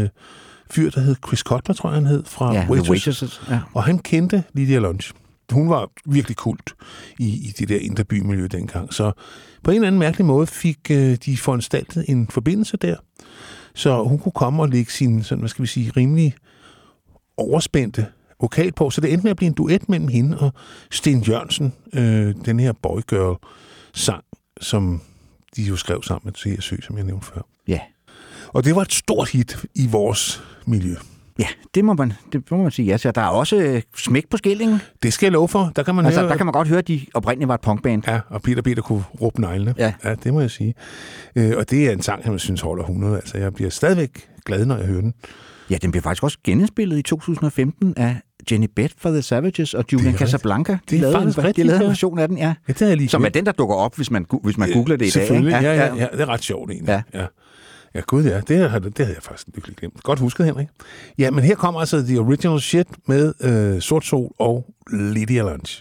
fyr, der hed Chris Cutler, tror jeg han hed, fra Waitresses. Ja. Og han kendte Lydia Lunch. Hun var virkelig kult i det der indre bymiljø dengang. Så på en eller anden mærkelig måde fik de foranstaltet en forbindelse der, så hun kunne komme og lægge sin, sådan, hvad skal vi sige, rimelig overspændte vokal på. Så det endte med at blive en duet mellem hende og Sten Jørgensen, den her Boy Girl sang, som de jo skrev sammen med T.S. Høgh, som jeg nævnte før. Ja. Og det var et stort hit i vores miljø. Ja, det må man sige. Ja, så der er også smæk på skillingen. Det skal jeg love for. Der kan man høre... Der kan man godt høre, at de oprindeligt var et punkband. Ja, og Peter kunne råbe neglene. Ja, det må jeg sige. Og det er en sang, som jeg synes holder 100. Altså, jeg bliver stadigvæk glad, når jeg hører den. Ja, den bliver faktisk også genindspillet i 2015 af Jenny Beth for The Savages og Julian Casablanca. De lavede en version af den, ja. Det er lige som er den, der dukker op, hvis man googler det i dag. Selvfølgelig, ja. Det er ret sjovt egentlig. Ja. Ja, gud ja, det havde jeg faktisk virkelig glemt. Godt husket, Henrik. Ja, men her kommer altså The Original Shit med Sort Sol og Lydia Lunch.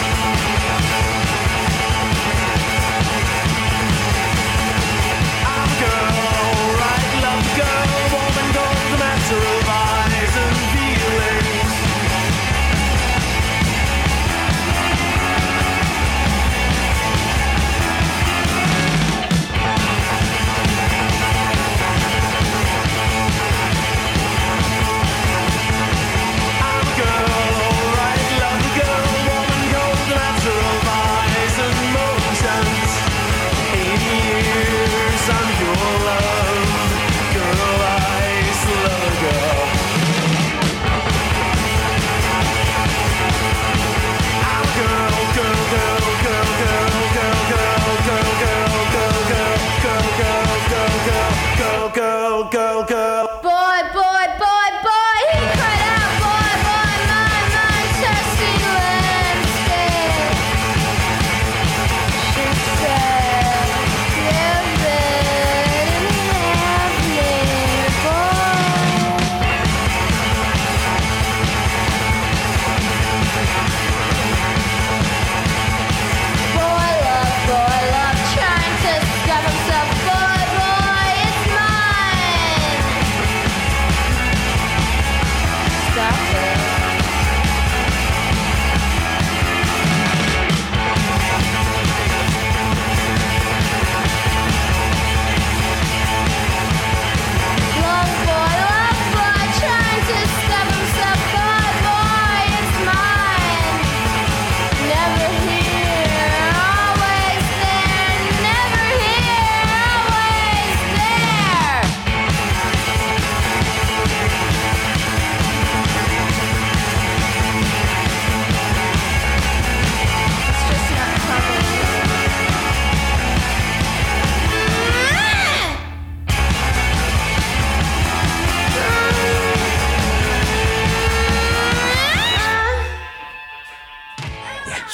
I'm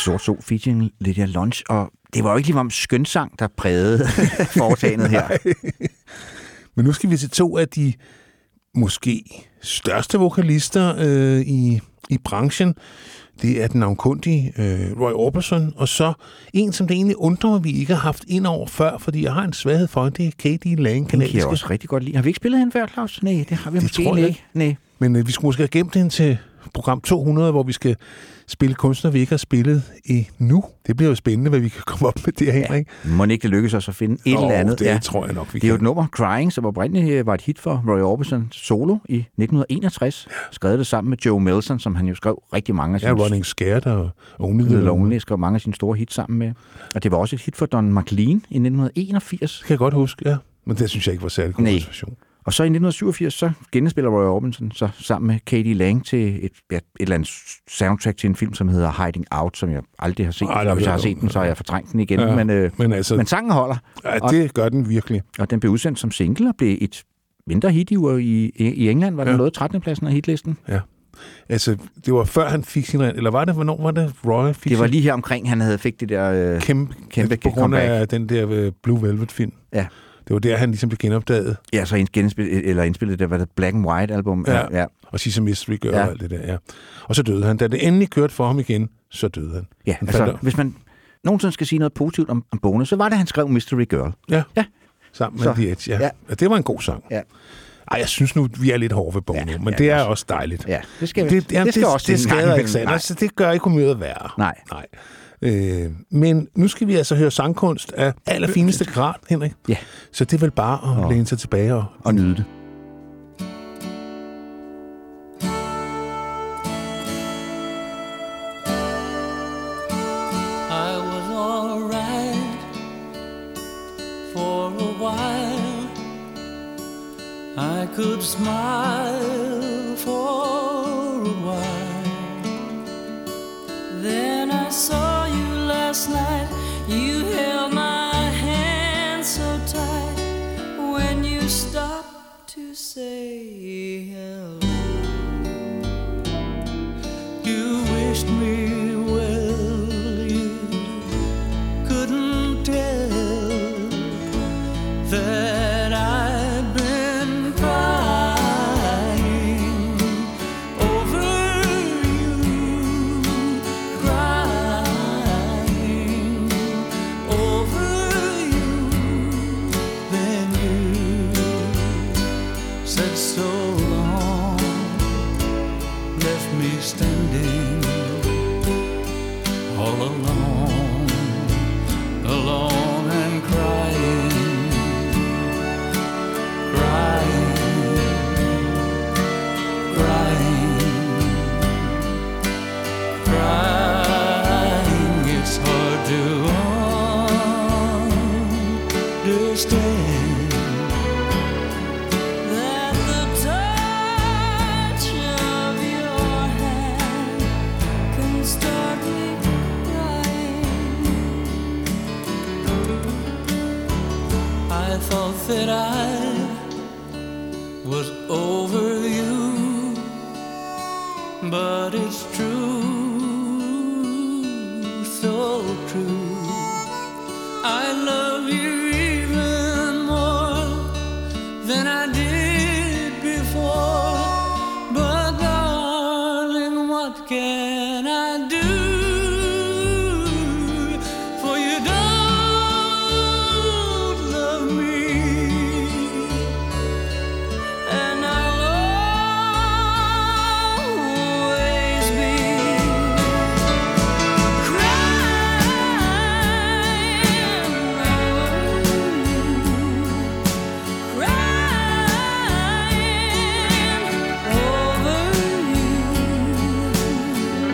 Sort Sol featuring Lydia Lunch, og det var jo ikke ligefrem skønsang, der prægede foretagendet her. Men nu skal vi til to af de måske største vokalister i branchen. Det er den navnkundige Roy Orbison, og så en, som det egentlig undrer mig, vi ikke har haft ind over før, fordi jeg har en svaghed for, det er K.D. Lang. Den kan jeg også rigtig godt lide. Har vi ikke spillet hende før, Claus? Nej, det har vi måske ikke. Nej. Men vi skulle måske have gemt hende til program 200, hvor vi skal spille kunstnere, vi ikke har spillet endnu. Det bliver jo spændende, hvad vi kan komme op med det her, ja. ikke? Må ikke det lykkes os at finde et eller andet? Det tror jeg nok, vi kan. Det er jo et nummer, Crying, som oprindeligt var et hit for Roy Orbison solo i 1961. Skrev det sammen med Joe Melson, som han jo skrev rigtig mange af sine... Ja, Running Scared og Only the Lonely skrev mange af sine store hits sammen med. Og det var også et hit for Don McLean i 1981. Det kan jeg godt huske, ja. Men det synes jeg ikke var særlig god version. Og så i 1987, så genspiller Roy Orbison så sammen med K.D. Lang til et eller andet soundtrack til en film, som hedder Hiding Out, som jeg aldrig har set. Og hvis jeg har set den, så har jeg fortrængt den igen. Ja, men sangen holder. Ja, det gør den virkelig. Og den blev udsendt som single og blev et mindre hit i England. Var den noget 13. pladsen af hitlisten? Ja. Altså, det var før han fik sin... Eller var det, hvornår var det Roy fik? Det var lige her omkring, han fik det der kæmpe på grund af den der Blue Velvet-film. Ja. Det var der, han ligesom blev genopdaget. Ja, så indspillede det var det Black and White album. Ja. Og She's a Mystery Girl og alt det der, ja. Og så døde han. Da det endelig kørte for ham igen, så døde han. Ja, altså, hvis man nogensinde skal sige noget positivt om Bono, så var det, han skrev Mystery Girl. Ja. Sammen med The Edge, ja. Det var en god sang. Ja. Ej, jeg synes nu, vi er lidt hårde ved Bono, men det er også dejligt. Ja, det skal også det skader ikke sandt. Altså, det gør ikke humøret værre. Nej. Men nu skal vi altså høre sangkunst af allerfineste grad, Henrik. Ja. Så det er vel bare at læne sig tilbage og nyde det. I was all right for a while. I could smile for a while. Then I saw you last night. You held my hand so tight when you stopped to say hello. You wished me well. You couldn't tell that I've been crying over you, crying over you. Then you said so long, left me standing all alone, alone and crying, crying, crying, crying. It's hard to understand that the touch of your hand can start me crying. I thought that I was over you, but it's true, so true. I love you even more than I did before. But darling, what can I do? For you don't love me, and I'll always be crying over you.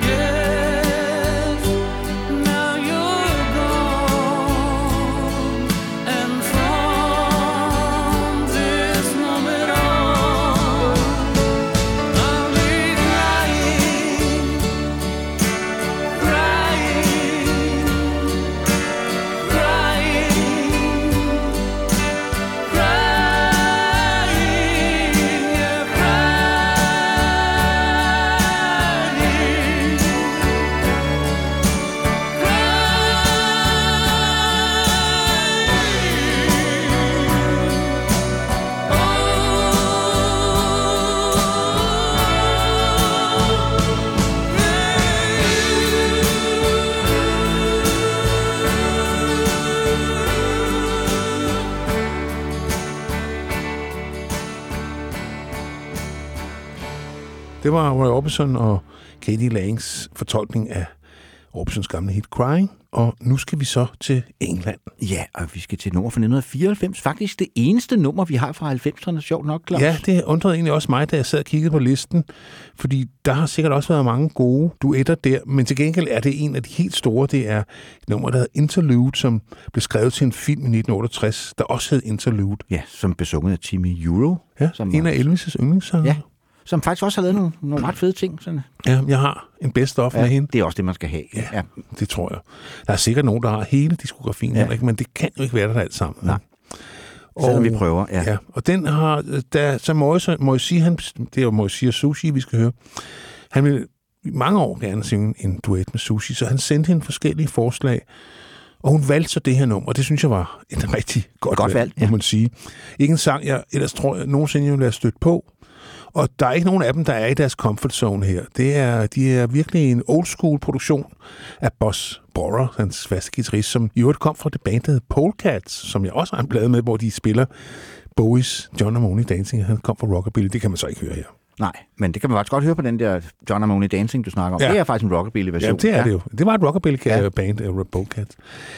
Det var Roy Orbison og Katie Langs fortolkning af Orbisons gamle hit Crying. Og nu skal vi så til England. Ja, og vi skal til nummer fra 1994. Faktisk det eneste nummer, vi har fra 90'erne, sjovt nok, Claus. Ja, det undrede egentlig også mig, da jeg sad og kiggede på listen. Fordi der har sikkert også været mange gode duetter der. Men til gengæld er det en af de helt store. Det er et nummer, der hedder Interlude, som blev skrevet til en film i 1968, der også hed Interlude. Ja, som besunget af Timmy Euro. Ja, som en af Elvis' yndlingssanger. Ja, som faktisk også har lavet nogle ret fede ting. Sådan. Ja, jeg har en best-of med hende. Det er også det, man skal have. Ja, det tror jeg. Der er sikkert nogen, der har hele diskografien, men det kan jo ikke være der alt sammen. Nej. Selvom vi prøver, ja. Og den har, så Morrissey, det er jo Morrissey og Sushi, vi skal høre. Han vil i mange år gerne synge en duet med Sushi, så han sendte hende forskellige forslag, og hun valgte så det her nummer, og det synes jeg var et rigtig godt valg, må man sige. Ikke en sang, jeg ellers tror jeg nogensinde ville have stødt på, og der er ikke nogen af dem, der er i deres comfort zone her. De er virkelig en old school produktion af Boss Borrer, hans faste guitarist, som i øvrigt kom fra det band, der hedder Polecats, som jeg også har en plade med, hvor de spiller Bowies John and Money Dancing. Han kom fra Rockabilly, det kan man så ikke høre her. Nej, men det kan man faktisk godt høre på den der John and Money Dancing, du snakker om. Ja. Det er faktisk en Rockabilly-version. Ja, det er det jo. Det var et Rockabilly-band af Polecats.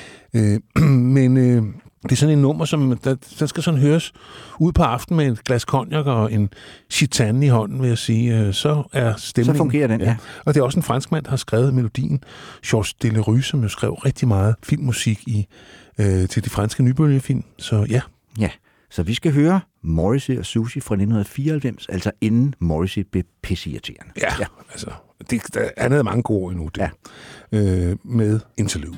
Men det er sådan en nummer, som der skal sådan høres ud på aftenen med et glas cognac og en chitan i hånden, vil jeg sige. Så er stemningen... Så fungerer den, ja. Og det er også en franskmand, der har skrevet melodien. Georges Delerue, som jo skrev rigtig meget filmmusik til de franske nybølgefilm. Så ja. Ja, så vi skal høre Morrissey og Sushi fra 1994, altså inden Morrissey blev pisseirriterende. Ja, altså... Han havde mange gode ord endnu, det. Ja. Med Interlude.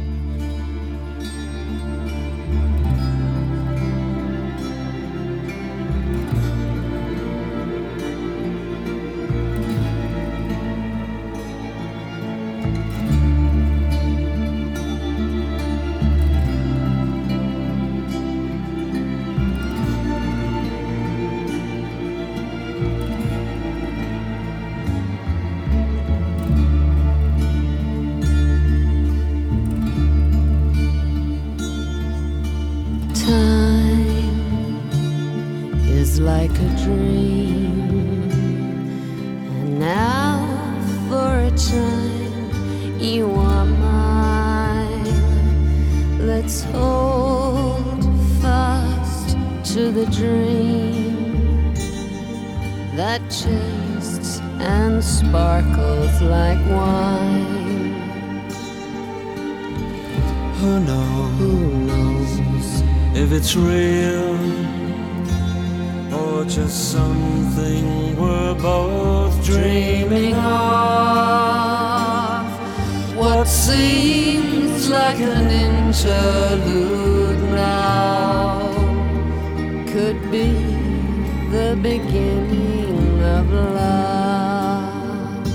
Like a dream, and now for a time you are mine. Let's hold fast to the dream that tastes and sparkles like wine. Who knows if it's real or just something we're both dreaming of. What seems like an interlude now could be the beginning of love.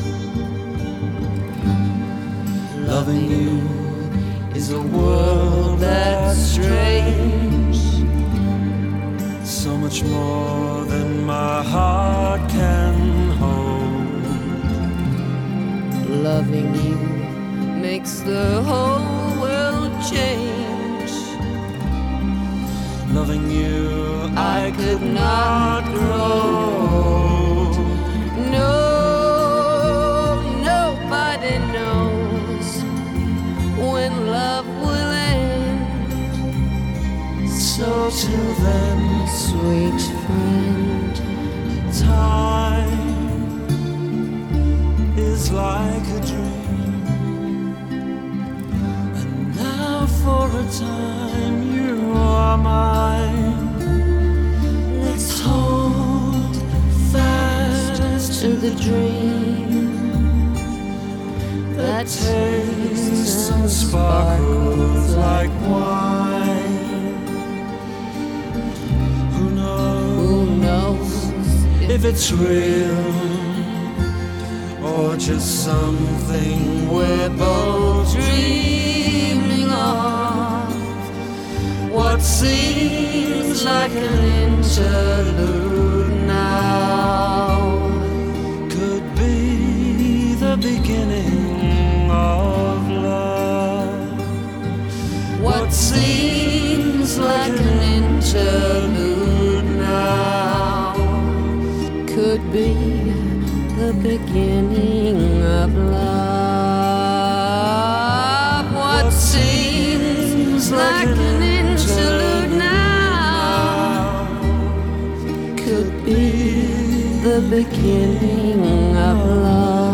Loving you is a world that's strange, so much more than my heart can hold. Loving you makes the whole world change. Loving you, I could not grow. No, nobody knows when love will end. So till then, sweet friend, time is like a dream, and now for a time you are mine. Let's hold fast to the dream that tastes and sparkles like wine. Who knows if it's real or just something we're both dreaming of. What seems like an interlude now could be the beginning of love. What seems like an interlude now could be the the beginning of love. What seems like an interlude now could be the beginning of love.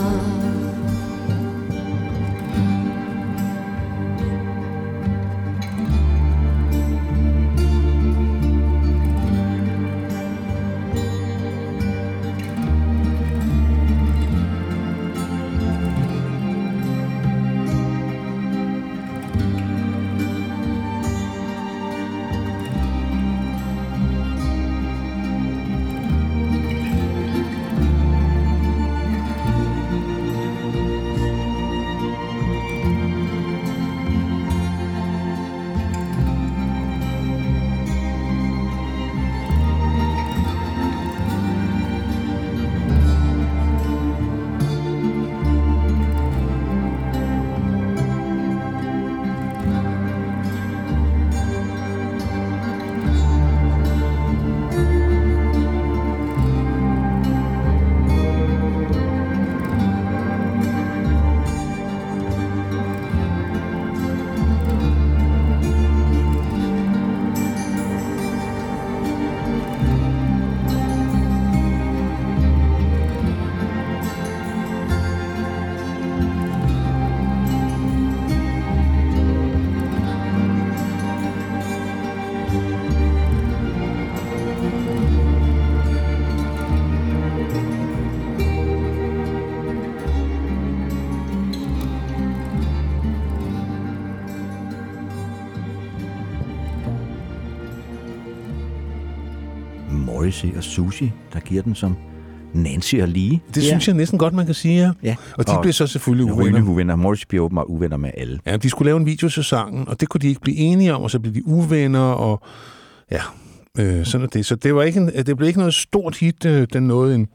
Morrissey og Susie, der giver den som Nancy og Lee. Det synes jeg næsten godt, man kan sige, ja. Ja. Og de blev så selvfølgelig uvenner. Morrissey bliver åbenbart uvenner med alle. Ja, de skulle lave en video til sangen, og det kunne de ikke blive enige om, og så blev de uvenner, og ja, sådan er det. Så det blev ikke noget stort hit. Den nåede en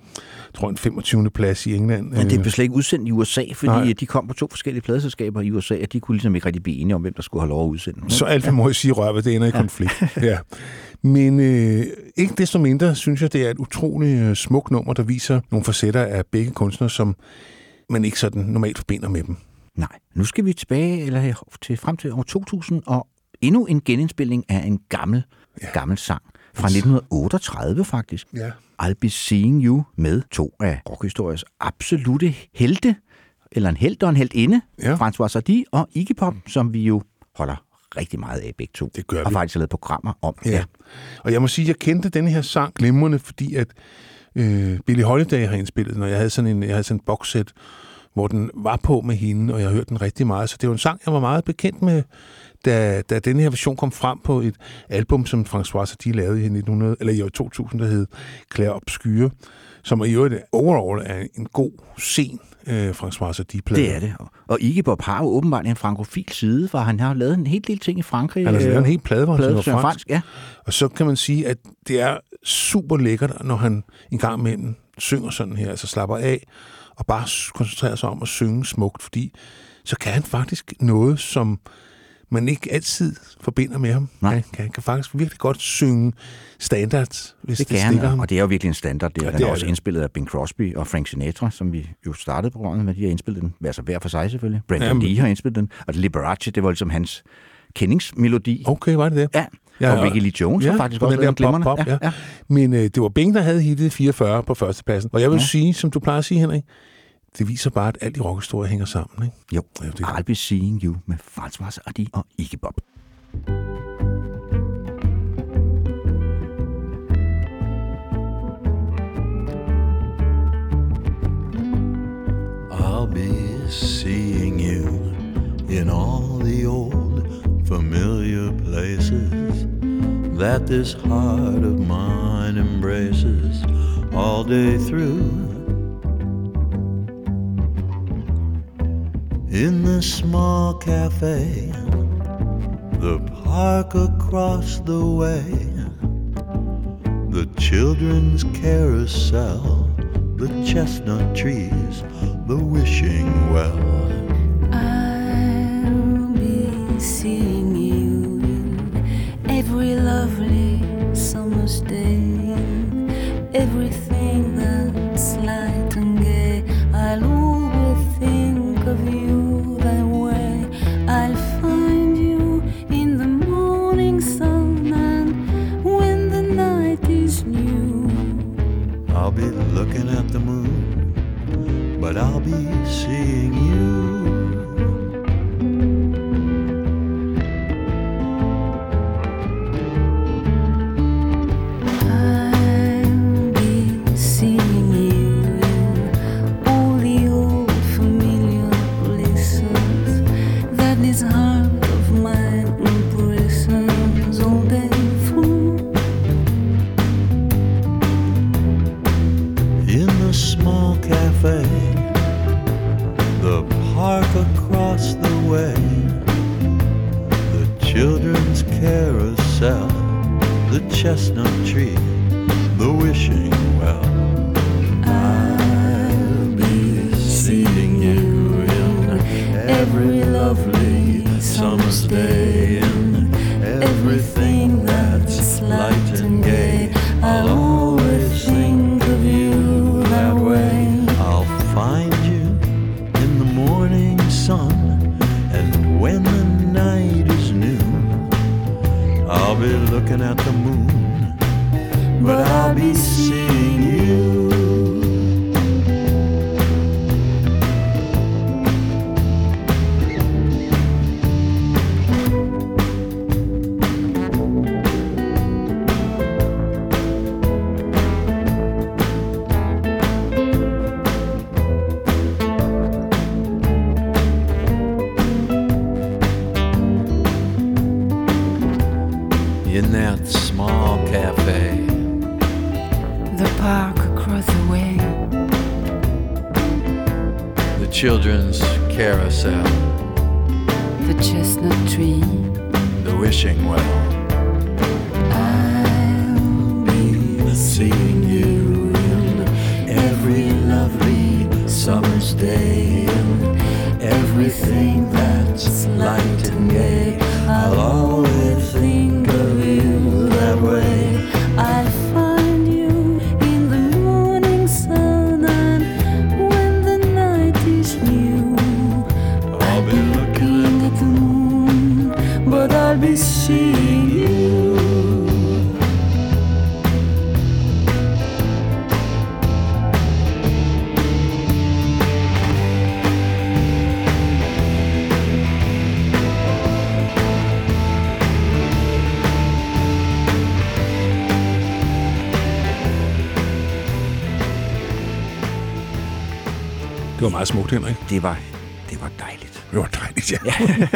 25. plads i England. Men det blev slet ikke udsendt i USA, fordi de kom på 2 forskellige pladeselskaber i USA, og de kunne ligesom ikke rigtig blive enige om, hvem der skulle have lov at udsende den. Så alt for må jeg sige rør, det ender i konflikt. Ja. Men ikke desto mindre, synes jeg, det er et utroligt smukt nummer, der viser nogle facetter af begge kunstnere, som man ikke sådan normalt forbinder med dem. Nej, nu skal vi tilbage frem til år 2000, og endnu en genindspilning af en gammel sang fra 1938 faktisk. Ja. I'll Be Seeing You med 2 af rockhistoriens absolutte helte, eller en helt og en heltinde, François Hardy og Iggy Pop, som vi jo holder rigtig meget af begge to. Det gør vi. Og faktisk har lavet programmer om. Ja. Og jeg må sige, at jeg kendte denne her sang glimrende, fordi at Billie Holiday har indspillet den, og jeg havde sådan en boxset, hvor den var på med hende, og jeg hørte den rigtig meget. Så det var en sang, jeg var meget bekendt med, da denne her version kom frem på et album, som François Hardy lavede i år 2000, der hed Claire Obscure, som i øvrigt overall er en god, sen François Hardy-plade. Det er det. Og Iggy Pop har jo åbenbart en frankofil side, for han har lavet en hel del ting i Frankrig. Han har lavet en hel plade, hvor han er fransk. Ja. Og så kan man sige, at det er super lækkert, når han en gang imellem synger sådan her, altså slapper af, og bare koncentrerer sig om at synge smukt, fordi så kan han faktisk noget, som man ikke altid forbinder med ham. Han kan faktisk virkelig godt synge standard, hvis det stikker ham. Og det er jo virkelig en standard. Den er også indspillet af Bing Crosby og Frank Sinatra, som vi jo startede programmet med. De har indspillet den, altså hver for sig selvfølgelig. Brandon Lee har indspillet den, og Liberace, det var ligesom hans kendingsmelodi. Okay, var det det? Ja. Og Ricky Lee Jones har faktisk også lavet glimrende. Pop. Men det var Bing, der havde hittet 44 på førstepladsen. Og jeg vil sige, som du plejer at sige, Henrik, det viser bare, at alt i rockhistorie hænger sammen, ikke? Jo. I'll Be Seeing You med François Hardy og Iggy Pop. I'll be seeing you in all the old familiar places that this heart of mine embraces all day through. In the small cafe, the park across the way, the children's carousel, the chestnut trees, the wishing well. I'll be seeing you in every lovely summer's day, everything that's light and seeing you. I'll be seeing you in all the old familiar places that this heart of mine embraces all day through. In the small cafe, the park across the way, the children's carousel, the chestnut tree, the wishing well. I'll be seeing you in every lovely summer's day, in everything that's light and gay. I'll always think of you that way. I'll find you in the morning sun, and when the night is new, I'll be looking at the moon, but I'll be seeing you. In that small cafe, The park across the way, the children's carousel, the chestnut tree, the wishing well. I'll be Seeing you in every lovely summer's day, in everything that's light and gay. I'll always think of you that way. I'll find you in the morning sun, and when the night is new, I'll be looking at the moon, but I'll be seeing you. Det var meget smukt, Henrik. Det var dejligt. Det var dejligt, ja.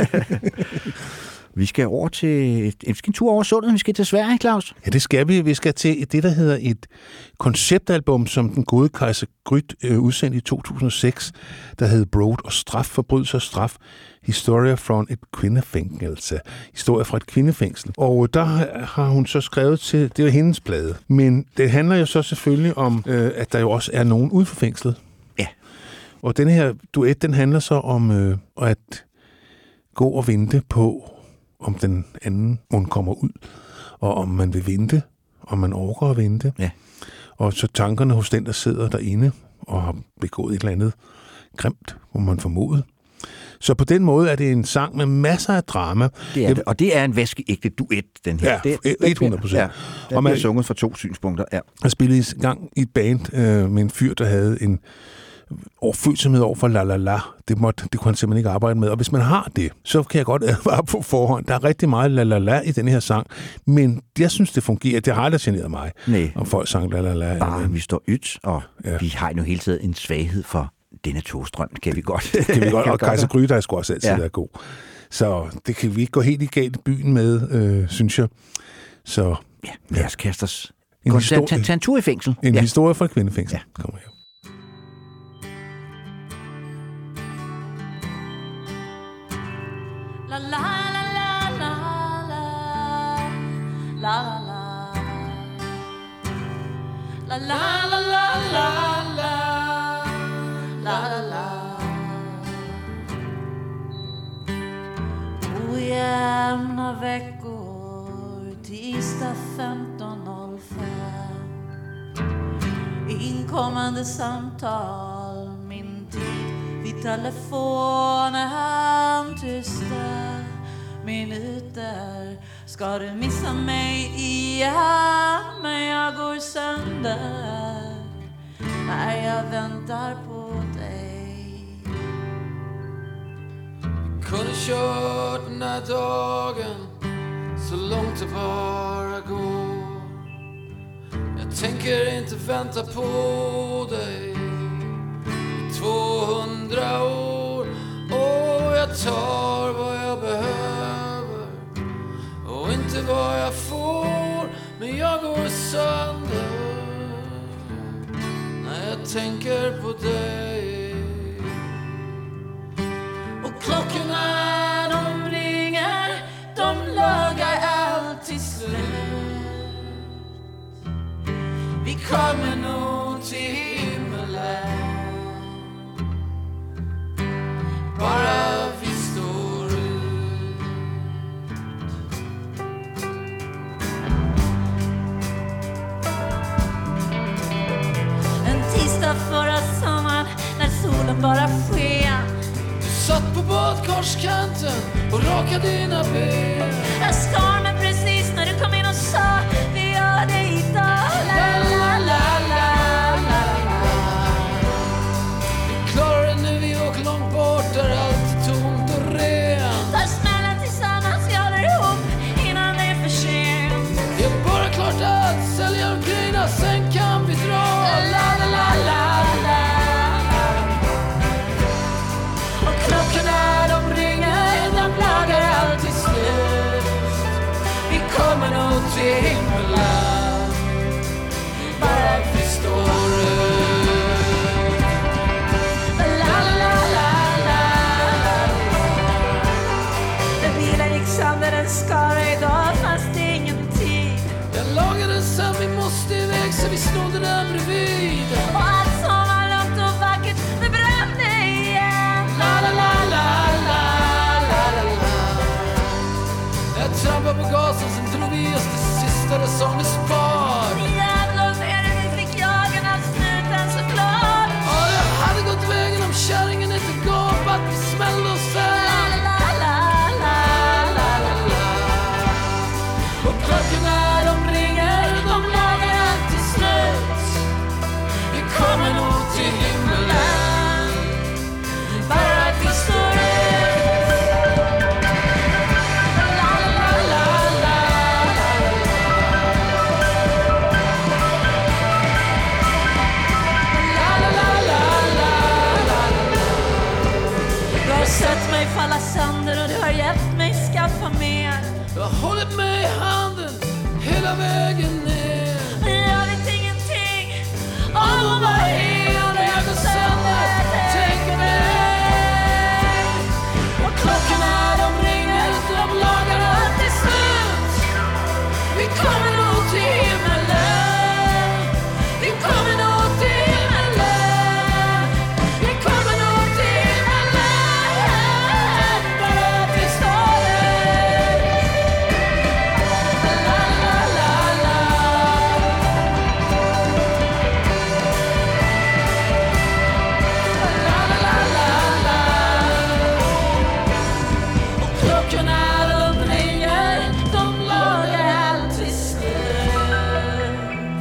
Vi skal over til en tur over sundet. Vi skal til Sverige, Claus. Ja, det skal vi. Vi skal til det, der hedder et konceptalbum, som den gode Kajsa Gryt udsendte i 2006, der hed Brod og straf, forbrydelse og straf. Historia fra et kvindefængsel. Historia fra et kvindefængsel. Og der har hun så skrevet til, det er hendes plade. Men det handler jo så selvfølgelig om, at der jo også er nogen ude for fængslet. Ja. Og den her duet, den handler så om at gå og vente på, om den anden mund kommer ud, og om man vil vente, om man overgår at vente. Ja. Og så tankerne hos den, der sidder derinde og har begået et eller andet grimt, hvor man formodet. Så på den måde er det en sang med masser af drama. Det er det, og det er en vaskeægte duet, den her. Ja, 100%. Ja, den bliver sunget fra to synspunkter. Ja. Jeg spillede i gang i et band med en fyr, der havde en overfølsomhed over for la la la. Det kunne han simpelthen ikke arbejde med. Og hvis man har det, så kan jeg godt advare på forhånd. Der er rigtig meget la la la i den her sang, men jeg synes, det fungerer. Det har aldrig generet mig, om folk sang la la la. Bare vi står ydt, og vi har jo hele tiden en svaghed for denne togstrøm, kan vi godt. Kan vi godt, og Kajsa Gryt er sgu også altid været god. Så det kan vi ikke gå helt galt i byen med, synes jeg. Så ja, lad os kaste os. Tag en tur i fængsel. En historie fra et kvindefængsel. Ja. Kommer her. La la la la la la la la la la la la la. Ojämna veckor, tisdag 15.05. Inkommande samtal, min tid vid telefonen tysta minuter. Ska du missa mig igen, men jag går sönder när jag väntar på dig. kunde kört den här dagen så långt det bara går. Jag tänker inte vänta på dig i 200 år. Och jag tar vad jag behöver och inte vad jag får. Men jag går sönder när jag tänker på dig. Och klockorna de ringer, de lagar alltid slut. Vi kommer nog till himmelen bara vi står ut. En tisdag förra sommaren när solen bara sken. Du satt på badkarskanten och rakade dina ben. Jag skar mig precis när du kom in och sa vi gör det idag. La la la la la la. Vi klarar det nu, vi åker långt bort där allt är tomt och rent. Tar smällen tillsammans, vi håller ihop innan det är för sent. Det är bara klart att sälja upp grejerna, sen kan vi dra. La la la la la. Och klockorna de ringer, de lagar alltid slut. Vi kommer nog till himmelen bara vi står ut. La la la la la. När bilen gick sönder en skara idag fanns det ingen tid. Jag lagade sen, vi måste iväg så vi snodde där bredvid. Och allt som var lugnt och vackert, det brände igen. La la la la la la la la. Jag trampade på gasen, sen drog vi oss till sista där som det spar. Jävlar är det vi fick jagen av snuten såklart. Ja, jag hade gått vägen om kärringen inte gav att vi smällde oss sen. La la la la la la. Och klockorna de ringer, de lagar alltid slut. Vi kommer nog till himmelen bara att vi står ut. La la la la la. La la la la la. Du har sett mig falla sönder och du har hjälpt mig skaffa mer. Du har hållit mig i handen hela vägen ner. Jag vet ingenting Om hon var hel när jag går sönder, tänk på dig. Och klockorna de ringer, de lagar alltid slut. Vi kommer nog till himmelen. Vi kommer nog till himmelen. Vi kommer nog till himmelen bara att vi står ut. La la la la. Klockorna de ringer, de lagar alltid slut.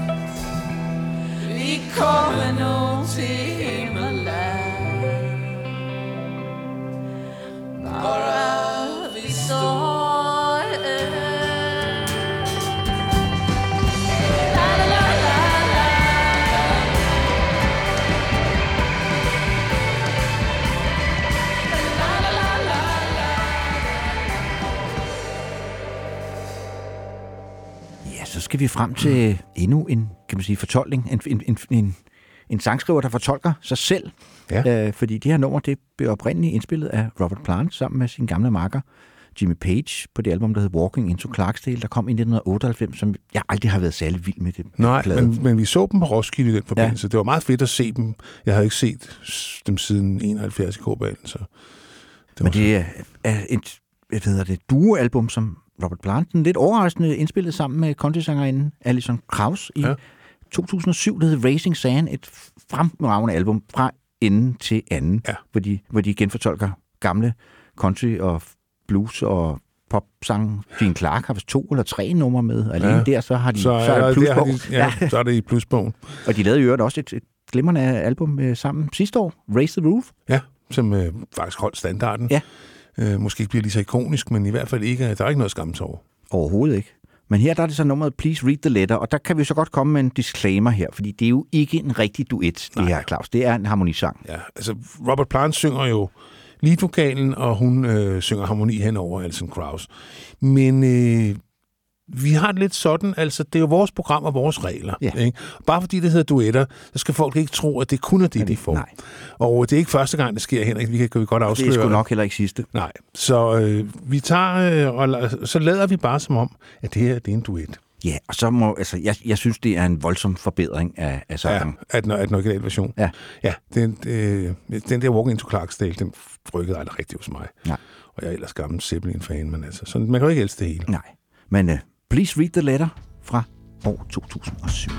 Vi kommer nog till himmelen bara vi står ut. La la la la la. La la la la la. Ja, så skal vi frem til endnu en, kan man sige, fortolkning, en sangskriver, der fortolker sig selv. Ja. Fordi det her nummer, det blev oprindeligt indspillet af Robert Plant sammen med sin gamle makker Jimmy Page på det album, der hed Walking into Clarksdale, der kom i 1998, som jeg aldrig har været særlig vild med det. Nej, men vi så dem på Roskilde i den forbindelse. Ja. Det var meget fedt at se dem. Jeg havde ikke set dem siden 71 i K-banen, så Men det er et duo-album, som Robert Plant lidt overraskende indspillet sammen med country-sangerinden Alison Krauss i 2007, der hed Racing Sand, et fremragende album fra ende til anden, hvor de genfortolker gamle country og blues og popsange. Gene Clark har vist 2 eller 3 numre med, alene der, så har de så er plusbogen. Så er det i plusbogen. Og de lavede jo også et glimrende album sammen sidste år, Raise the Roof. Ja, som faktisk holdt standarden. Ja. måske ikke bliver lige så ikonisk, men i hvert fald ikke, der er ikke noget skam over. Overhovedet ikke. Men her der er det så nummeret Please Read the Letter, og der kan vi så godt komme med en disclaimer her, fordi det er jo ikke en rigtig duet, det her, Claus. Det er en harmonisang. Ja, altså Robert Plant synger jo leadvokalen, og hun synger harmoni henover Alison Krauss. Men vi har det lidt sådan, altså det er jo vores program og vores regler. Ja. Ikke? Bare fordi det hedder duetter, så skal folk ikke tro, at det kun er det, de får. Nej. Og det er ikke første gang, det sker, Henrik. Vi kan godt afsløre. Det er sgu nok heller ikke sidste. Nej, så vi tager, og så lader vi bare som om, at det her det er en duet. Ja, og så må, altså, jeg synes, det er en voldsom forbedring af sangen. Ja, af den originale version. Ja. Ja, den der Walking into Clarksdale, den rykkede aldrig rigtig hos mig. Nej. Og jeg er ellers gammel Zeppelin-fan, men altså, sådan, man kan jo ikke elske det hele. Nej, men Please Read the Letter fra år 2007.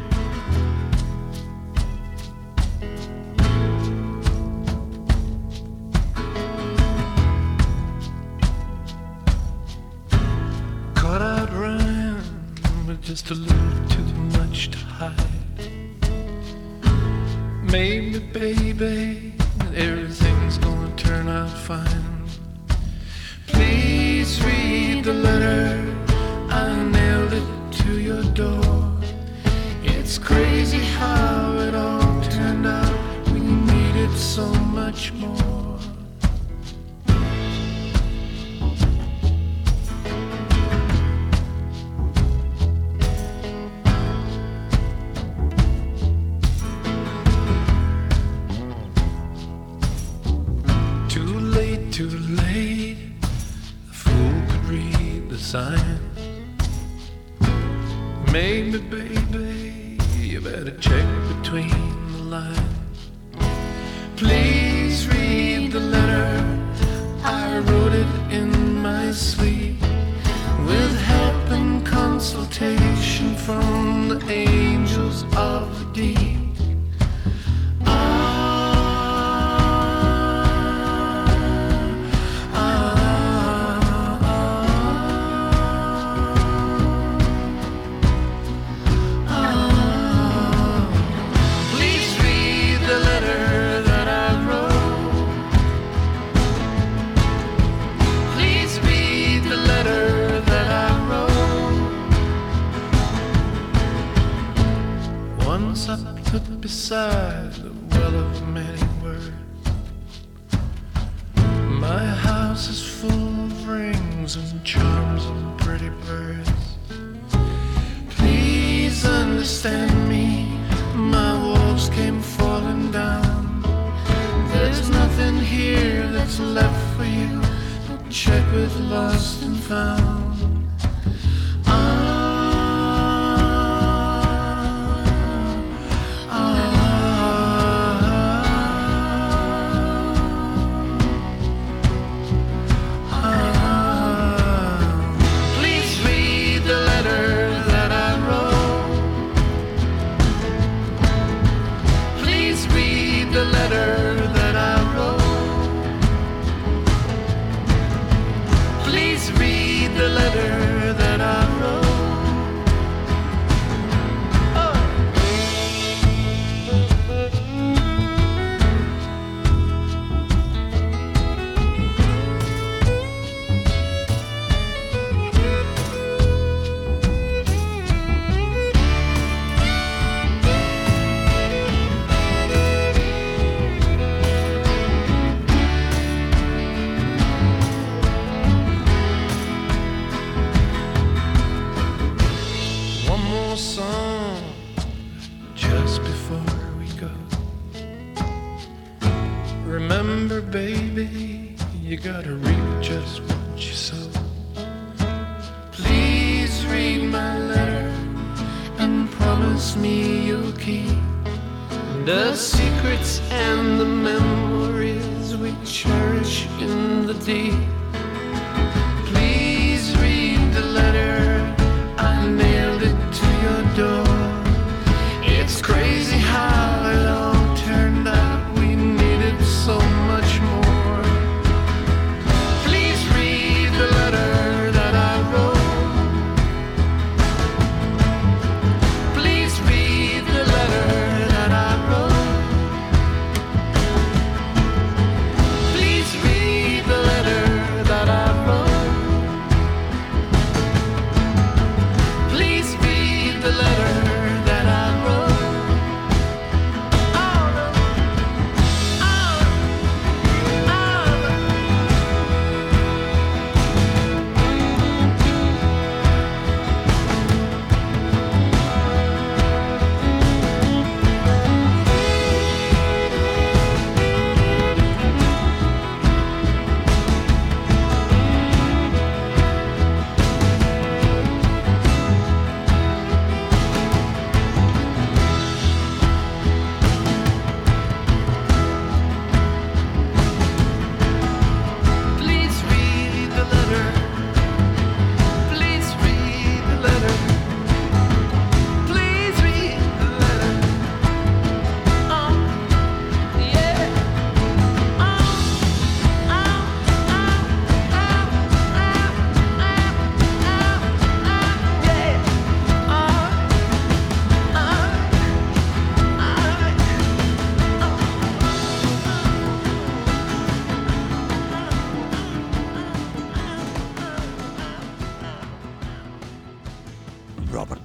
Cut out rhyme with just a little too much to hide. Maybe, baby, everything's gonna turn out fine. Please read the letter. I nailed it to your door. It's crazy how it all turned out. We needed so much more. Too late, a fool could read the sign. Maybe, baby, you better check between the lines. Please read the letter. I wrote it in my sleep, with help and consultation from the angels of the deep. Beside the well of many words, my house is full of rings and charms and pretty birds. Please understand me, my walls came falling down. There's nothing here that's left for you. Check with lost and found. The secrets and the memories we cherish in the deep. Please read the letter. I nailed it to your door. It's crazy how it all turned out. We needed so much more. Please read the letter that I wrote. Please read the letter. Please read the letter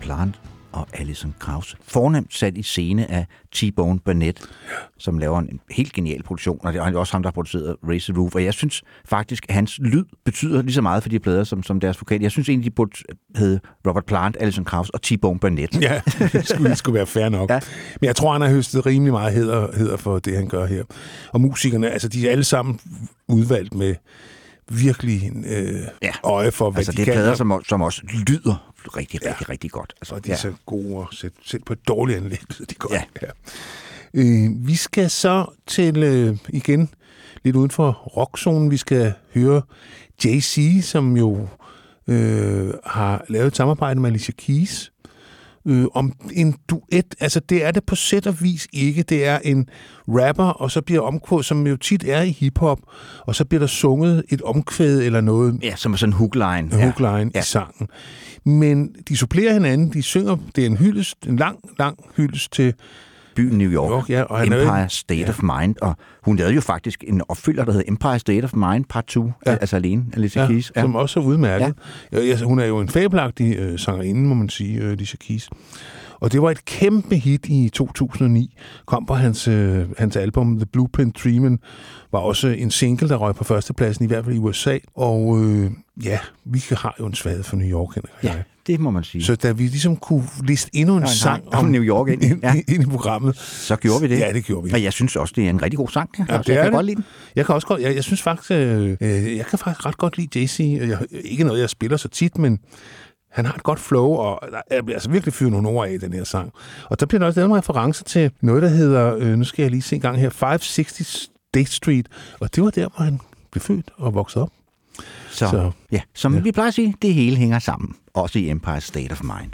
Plant og Alison Krauss. Fornemt sat i scene af T-Bone Burnett, som laver en helt genial produktion, og det er også ham, der har produceret Raise the Roof. Og jeg synes faktisk, at hans lyd betyder lige så meget for de plader som deres vokal. Jeg synes egentlig, de burde hedde Robert Plant, Alison Krauss og T-Bone Burnett. Ja, det skulle være fair nok. Ja. Men jeg tror, han har høstet rimelig meget hæder for det, han gør her. Og musikerne, altså de er alle sammen udvalgt med virkelig øje for, hvad altså, de det kan. Det er plader, som også lyder rigtig godt. Altså, og de er så gode at sætte på et dårligt anlæg, lyder de godt. Ja. Vi skal så til, igen, lidt uden for rockzonen, vi skal høre Jay-Z, som jo har lavet et samarbejde med Alicia Keys, om en duet. Altså, det er det på sæt og vis ikke. Det er en rapper, og så bliver omkvæd, som jo tit er i hiphop, og så bliver der sunget et omkvæd eller noget. Ja, som er sådan en hookline. Hookline i sangen. Men de supplerer hinanden, de synger, det er en hyldest, en lang hyldest til byen New York, ja, og Empire State of Mind, og hun lavede jo faktisk en opfølger, der hedder Empire State of Mind Part 2, altså alene, Alicia Keys. Ja, som også er udmærket. Ja. Hun er jo en fabelagtig sangerinde, må man sige, Alicia Keys. Og det var et kæmpe hit i 2009, kom på hans album The Blueprint Dreamin', var også en single, der røg på førstepladsen, i hvert fald i USA. Og vi har jo en svaghed for New York, Henrik. Ja, det må man sige. Så da vi ligesom kunne liste endnu en sang om New York ind i programmet, så gjorde vi det. Ja, det gjorde vi. Og jeg synes også, det er en rigtig god sang. Ja, jeg kan godt lide den. Jeg kan også godt, jeg synes faktisk, jeg kan faktisk ret godt lide Jay-Z. Ikke noget, jeg spiller så tit, men han har et godt flow, og jeg bliver altså virkelig fyret nogle ord af i den her sang. Og der bliver der også lavet en reference til noget, der hedder, nu skal jeg lige se en gang her, 560 State Street. Og det var der, hvor han blev født og voksede op. Som vi plejer at sige, det hele hænger sammen. Også i Empire State of Mind.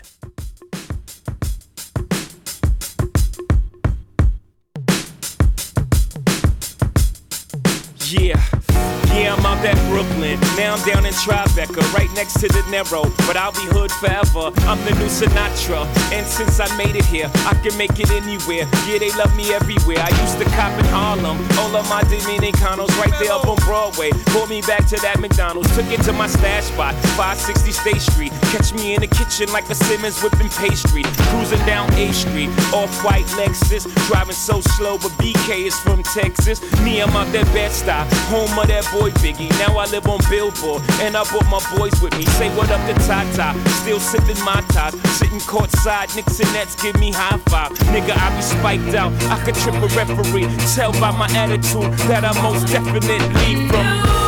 Yeah, I'm out at Brooklyn. Now I'm down in Tribeca, right next to the Narrow. But I'll be hood forever. I'm the new Sinatra. And since I made it here, I can make it anywhere. Yeah, they love me everywhere. I used to cop in Harlem. All of my Dominicanos right there up on Broadway. Pulled me back to that McDonald's. Took it to my stash spot, 560 State Street. Catch me in the kitchen like a Simmons whipping pastry. Cruising down A Street, off-white Lexus. Driving so slow, but BK is from Texas. Me, I'm out that Bed-Stuy, home of that boy Biggie. Now I live on Billboard, and I brought my boys with me. Say what up to Tata, still sipping my ties. Sitting courtside, Knicks and Nets give me high five. Nigga, I be spiked out, I could trip a referee. Tell by my attitude that I most definitely from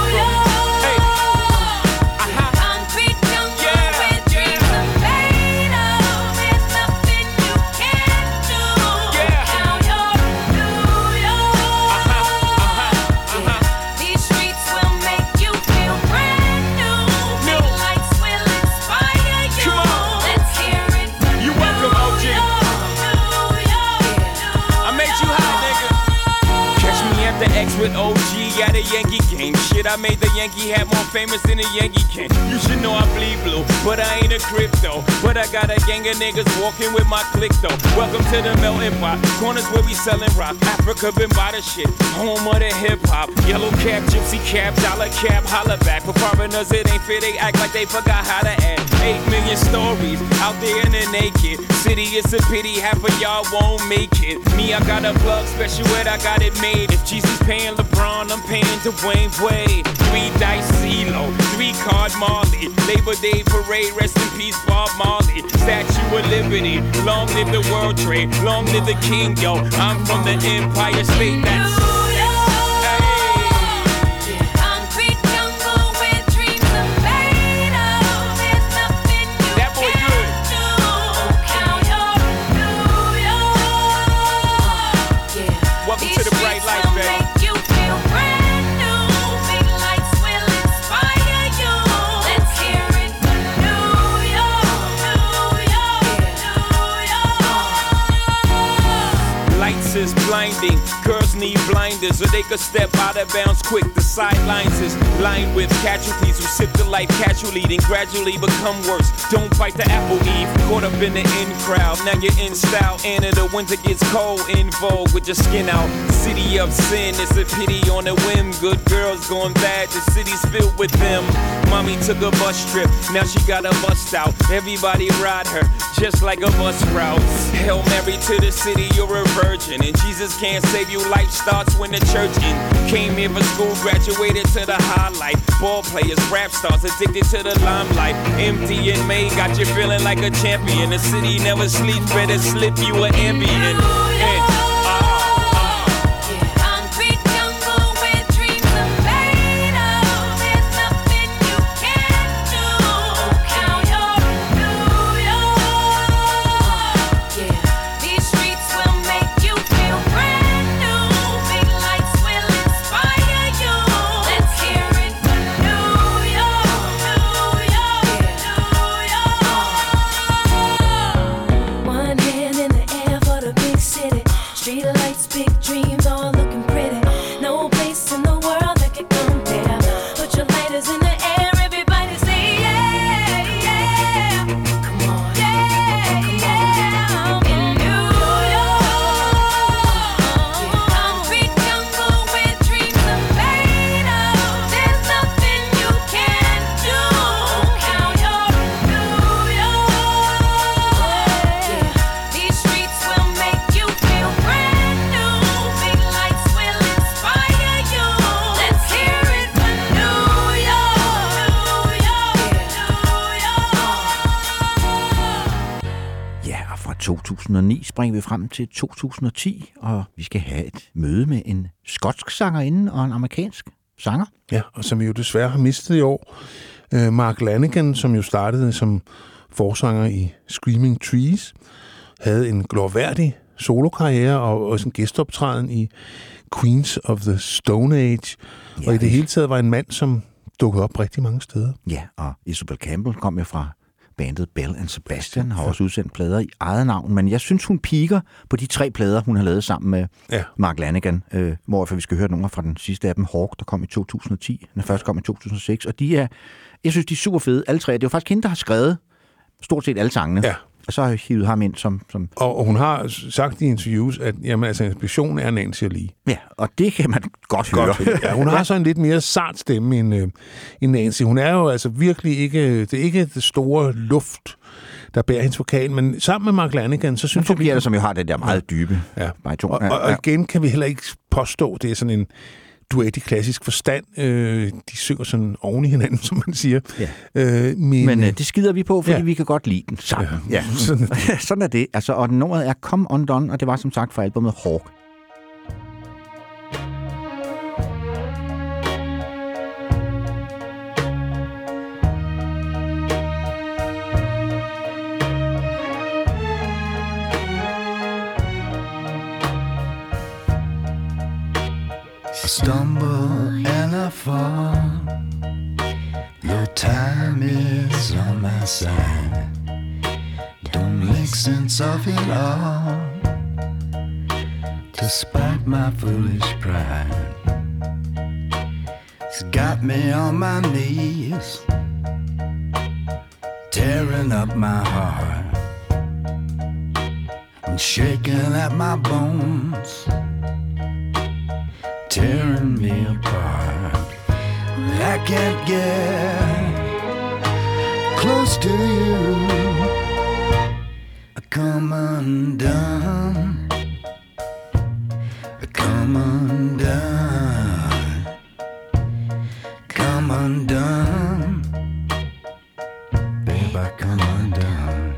with OG at a Yankee game. Shit, I made the Yankee hat more famous than a Yankee can. You should know I bleed blue, but I ain't a crypto. But I got a gang of niggas walking with my click though. Welcome to the melting pot. Corners where we selling rock. Africa been by the shit. Home of the hip hop. Yellow cap, gypsy cap, dollar cap, holla back. For foreigners it ain't fair, they act like they forgot how to act. 8 million stories out there in the naked city. It's a pity half of y'all won't make it. Me, I got a plug special ed, I got it made. If Jesus paying LeBron, I'm paying Dwayne Wade. 3 dice CeeLo, 3 card Marley. Labor Day parade, rest in peace Bob Marley. Statue of Liberty, long live the World Trade, long live the King, yo. I'm from the Empire State, that's blinding. Girls need blind reminders so they could step out of bounds quick. The sidelines is lined with casualties who sip the life casually, then gradually become worse. Don't bite the apple, Eve. Caught up in the in crowd, now you're in style. Anna, the winter gets cold, in vogue with your skin out. City of sin, it's a pity on a whim. Good girls going bad, the city's filled with them. Mommy took a bus trip, now she got a bust out. Everybody ride her, just like a bus route. Hail Mary to the city, you're a virgin. And Jesus can't save you, life starts when the church in. Came here for school, graduated to the highlight. Ball players, rap stars, addicted to the limelight. Empty in May, got you feeling like a champion. The city never sleeps, better slip you an ambient. Fra 2009 springer vi frem til 2010, og vi skal have et møde med en skotsk sangerinde og en amerikansk sanger. Ja, og som vi jo desværre har mistet i år. Mark Lanegan, som jo startede som forsanger i Screaming Trees, havde en glorværdig solokarriere og også en gæsteoptræden i Queens of the Stone Age, og i det hele taget var en mand, som dukkede op rigtig mange steder. Ja, og Isobel Campbell kom jo fra bandet Belle and Sebastian, har også udsendt plader i eget navn, men jeg synes, hun piker på de 3 plader, hun har lavet sammen med Mark Lanegan, hvorfor vi skal høre nogle fra den sidste af dem, Hawk, der kom i 2010, den første kom i 2006, og jeg synes, de er super fede, alle 3. Det er jo faktisk hende, der har skrevet stort set alle sangene. Ja. Og så har jeg hivet ham ind som... Og hun har sagt i interviews, at inspirationen er Nancy Lee. Ja, og det kan man godt høre. Ja, hun har så en lidt mere sart stemme end Nancy. Hun er jo altså virkelig ikke... Det er ikke det store luft, der bærer hendes vokal, men sammen med Mark Lanegan, så synes jeg... som jo har det der meget dybe. Ja. Og igen kan vi heller ikke påstå, det er sådan en duet i klassisk forstand. De synger sådan oven i hinanden, som man siger. Ja. Men det skider vi på, fordi vi kan godt lide den sammen. Ja. Sådan er det. Altså, og nummeret er Come Undone, og det var som sagt fra albumet Hawk. I stumble and I fall, though time is on my side. Don't make sense of it all, despite my foolish pride. It's got me on my knees, tearing up my heart and shaking at my bones, tearing me apart. I can't get close to you. I come undone. I come undone. Come undone. Babe, I come undone.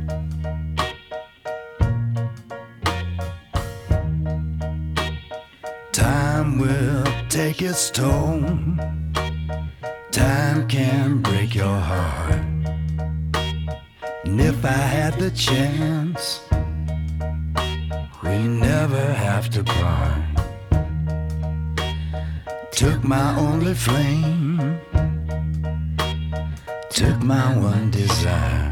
Time will take its toll. Time can break your heart. And if I had the chance, we never have to part. Took my only flame, took my one desire,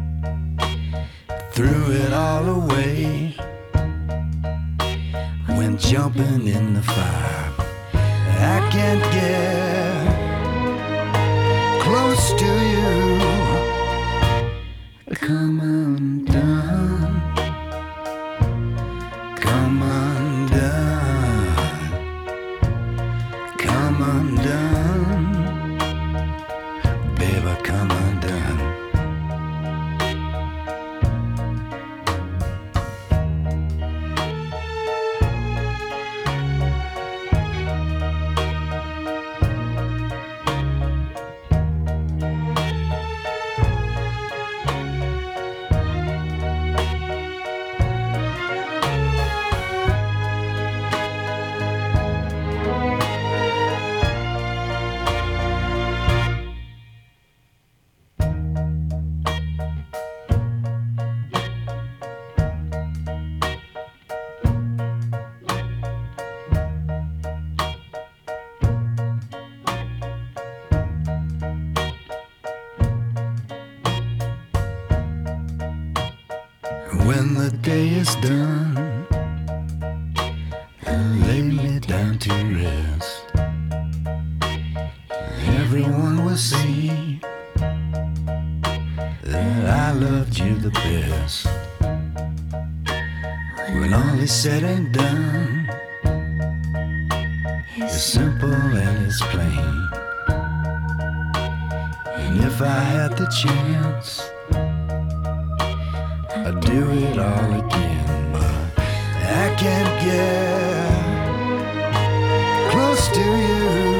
threw it all away. Went and jumping in the fire. I can't get close to you. Come undone, come undone, come undone, baby, come undone. When the day is done, lay me down to rest. Everyone will see that I loved you the best. When all is said and done, it's simple and it's plain. And if I had the chance, I'd do it all again, but I can't get close to you.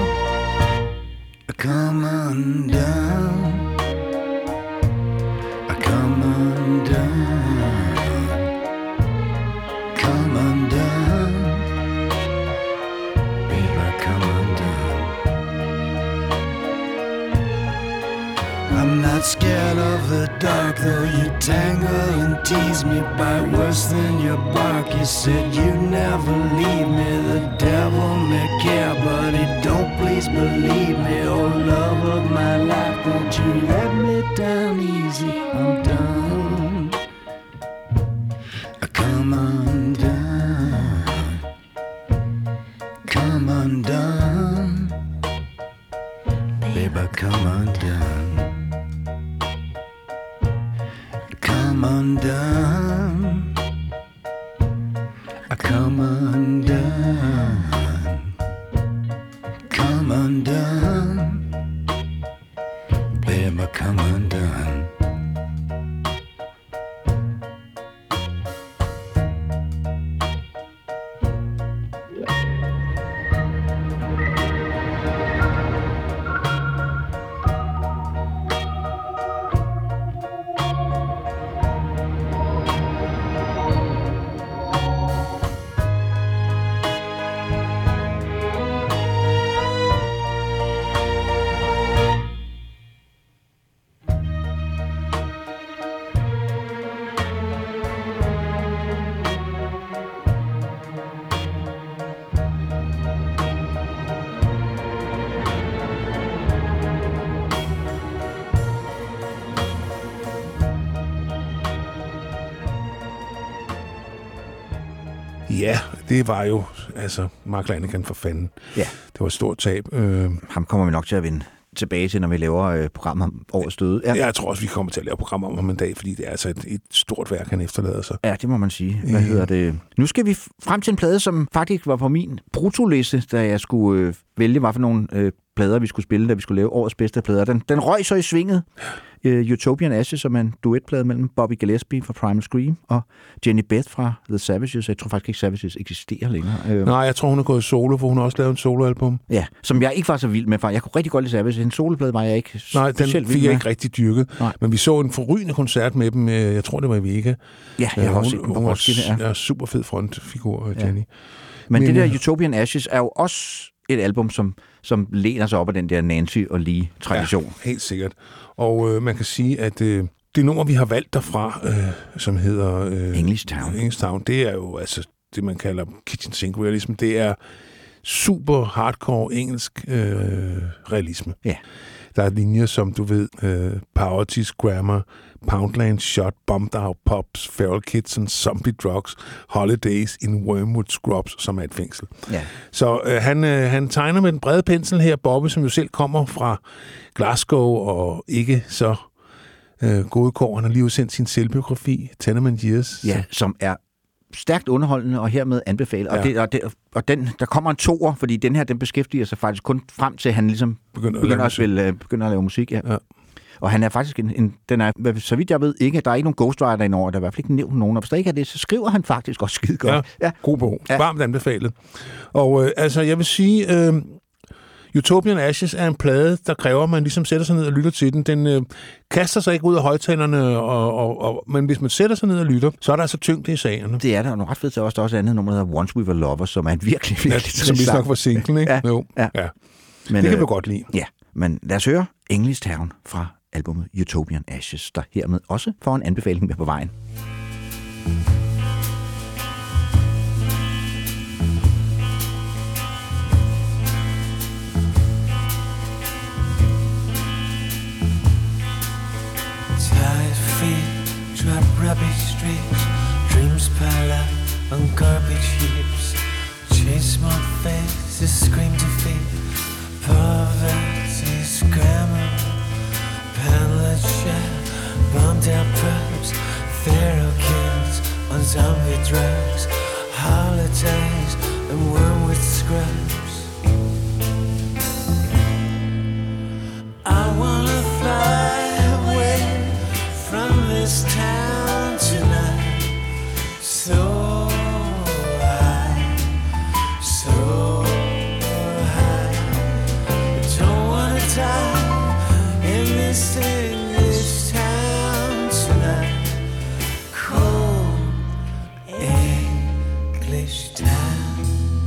Come undone, come undone, come undone, baby, come undone. I'm not scared of the dark, though you tangle and tease me, bite worse than your bark. You said you'd never leave me, the devil may care, but he don't please believe me. Oh, love of my life, don't you let me down easy, I'm done. Come undone, come undone, baby, come undone. Come undone, come undone, come undone, baby, come undone. Ja, det var jo altså Mark Lanegan for fanden. Ja. Det var et stort tab. Ham kommer vi nok til at vende tilbage til, når vi laver program om Årets Døde. Ja. Jeg tror også, vi kommer til at lave program om ham en dag, fordi det er altså et stort værk, han efterlader sig. Ja, det må man sige. Hvad hedder det? Nu skal vi frem til en plade, som faktisk var på min bruttoliste, da jeg skulle vælge, hvad for nogle plader, vi skulle spille, da vi skulle lave årets bedste plader. Den røg så i svinget. Utopian Ashes, som er en duetplade mellem Bobby Gillespie fra Primal Scream og Jenny Beth fra The Savages. Jeg tror faktisk ikke, Savages eksisterer længere. Nej, jeg tror, hun er gået solo, for hun har også lavet en soloalbum. Ja, som jeg ikke var så vild med, for jeg kunne rigtig godt lide Savages. En soloplade var jeg ikke specielt vild med. Nej, den fik jeg ikke rigtig dyrket. Nej. Men vi så en forrygende koncert med dem, jeg tror, det var i Vega. Ja, jeg har også set på Roskilde. Hun er super fed frontfigur, Jenny. Ja. Men det der Utopian Ashes er jo også et album, som læner sig op af den der Nancy og Lee-tradition. Ja, helt sikkert. Og man kan sige, at det nummer, vi har valgt derfra, som hedder English Town, det er jo altså det, man kalder kitchen sink realism. Det er super hardcore engelsk realisme. Ja. Der er linjer som, du ved, Poverty's Grammar, Poundland Shot, Bombed Out Pops, Feral Kitchen, Zombie Drugs, Holidays in Wormwood Scrubs, som er et fængsel. Ja. Så han tegner med den brede pensel her, Bobby, som jo selv kommer fra Glasgow og ikke så gode kår. Han har lige udsendt sin selvbiografi, Tenement Years. Ja, som er stærkt underholdende og hermed anbefalet. Ja. Og der kommer en toer, fordi den her, den beskæftiger sig faktisk kun frem til, at han ligesom begynder at lave musik. Ja. Ja. Og han er faktisk den er, så vidt jeg ved, ikke, der er ikke nogen ghostwriter indover, der er i hvert fald ikke nævnt nogen, og hvis der ikke er det, så skriver han faktisk også skide godt. Ja, god bog. Ja. Varmt anbefalet. Og altså, jeg vil sige, Utopian Ashes er en plade, der kræver, at man ligesom sætter sig ned og lytter til den. Den kaster sig ikke ud af højtalerne, men hvis man sætter sig ned og lytter, så er der altså tyngde i sagerne. Det er der, og nogle ret fedt, der er også andet nummer, der hedder Once We Were Lovers, som er en virkelig som vi nok var singlen, ikke? Ja. Jo. Ja. Men, det kan vi godt lide. Ja, men lad os høre English Town fra albumet Utopian Ashes, der hermed også får en anbefaling med på vejen. Tired feet, drop rubbish streets, dreams pile up on garbage heaps, chase small faces, scream defeat, poverty's grammar, paneled shell, bombed out pubs, feral kids on zombie drugs, holidays and wormwood scrubs. I wanna fly away from this town tonight, so high, so high. I don't wanna die in this English town tonight, cold English town.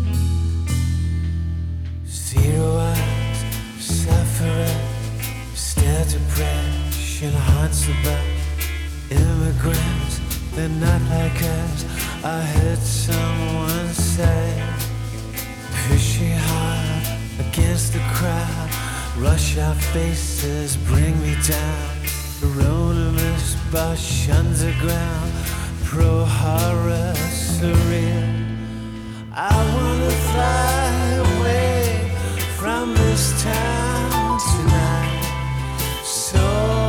Zero eyes, suffering, still depression haunts the back. Immigrants, they're not like us, I heard someone say. Pushy hard against the crowd, rush our faces, bring me down. Anonymous bush underground, pro-horror surreal. I wanna fly away from this town tonight, so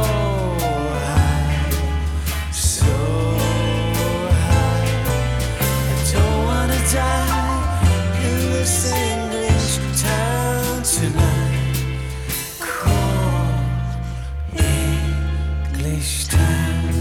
high, so high. I don't wanna die in this English town tonight, cold English town.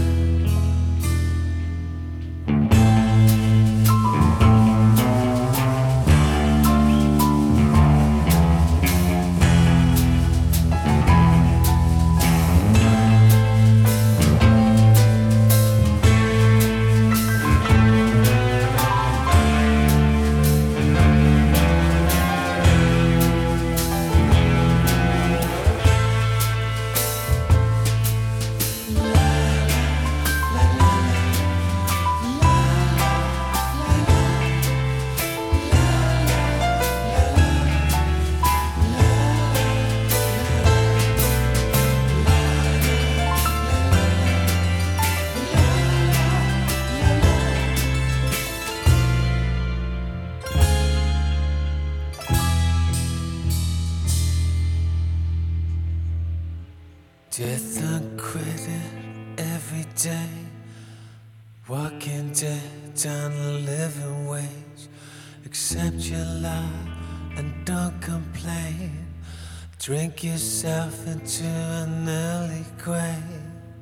Death unquitted every day, walking dead on a living wage. Accept your lot and don't complain. Drink yourself into an early grave.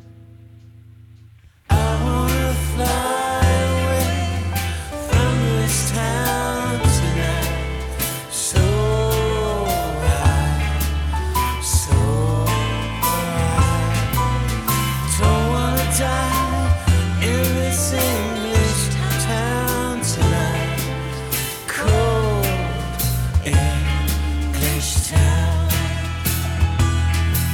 I wanna fly away from this town tonight, so high, so die in this English town tonight, cold English town.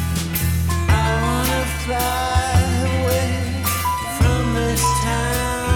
I wanna fly away from this town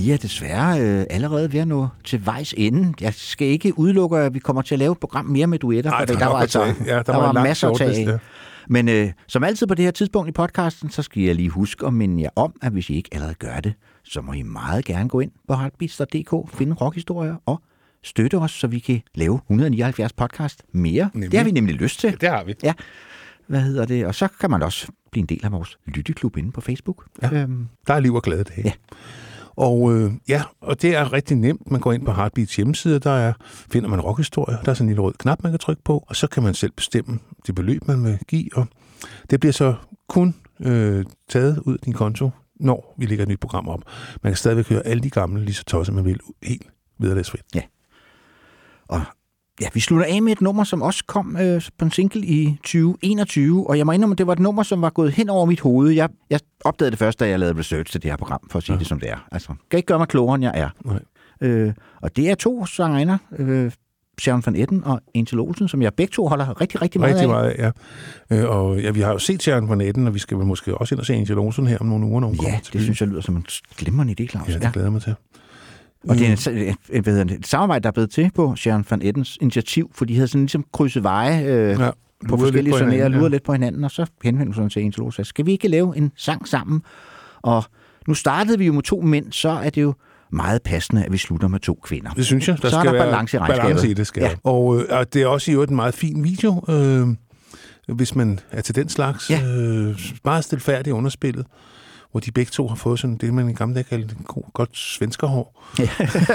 Vi er desværre allerede ved at nå til vejs ende. Jeg skal ikke udelukke, at vi kommer til at lave et program mere med duetter. Nej, der var masser at tage af. Men som altid på det her tidspunkt i podcasten, så skal jeg lige huske at minde jer om, at hvis I ikke allerede gør det, så må I meget gerne gå ind på heartbeats.dk, finde rockhistorier og støtte os, så vi kan lave 179 podcast mere. Nemlig. Det har vi nemlig lyst til. Det har vi. Ja. Og så kan man også blive en del af vores lytteklub inde på Facebook. Ja. Der er liv og glade dage. Ja. Og det er rigtig nemt. Man går ind på Heartbeats hjemmeside, finder man rockhistorier. Der er sådan en lille rød knap, man kan trykke på, og så kan man selv bestemme det beløb, man vil give. Og det bliver så kun taget ud af din konto, når vi lægger et nyt program op. Man kan stadigvæk høre alle de gamle, lige så tosset man vil, helt vederlagsfrit. Ja. Og ja, vi slutter af med et nummer, som også kom på en single i 2021, og jeg må indrømme, at det var et nummer, som var gået hen over mit hoved. Jeg opdagede det først, da jeg lavede research til det her program, for at sige det som det er. Altså, kan ikke gøre mig klogere, end jeg er. Nej. Og det er 2 sangerinder, Sharon Van Etten og Angel Olsen, som jeg begge to holder rigtig, rigtig meget af. Rigtig meget af, ja. Og ja, vi har jo set Sharon Van Etten, og vi skal vel måske også ind og se Angel Olsen her om nogle uger, når hun kommer til. Det synes jeg lyder som en glimrende idé, Claus. Ja, det glæder mig til. Og det er et samarbejde, der er blevet til på Sharon Van Ettens initiativ, for de havde sådan ligesom krydset veje på forskellige turnéer og luret lidt på hinanden, og så henvendte sådan til Angel Olsen. Skal vi ikke lave en sang sammen? Og nu startede vi jo med 2 mænd, så er det jo meget passende, at vi slutter med 2 kvinder. Det synes jeg. Så skal er der balance i regnskabet. Balance i det skal. Ja. Og det er også i øvrigt en meget fin video, hvis man er til den slags. Ja. Meget stilfærdigt underspillet, hvor de begge to har fået sådan det, man i gamle dage kaldte godt svenskerhår. Ja.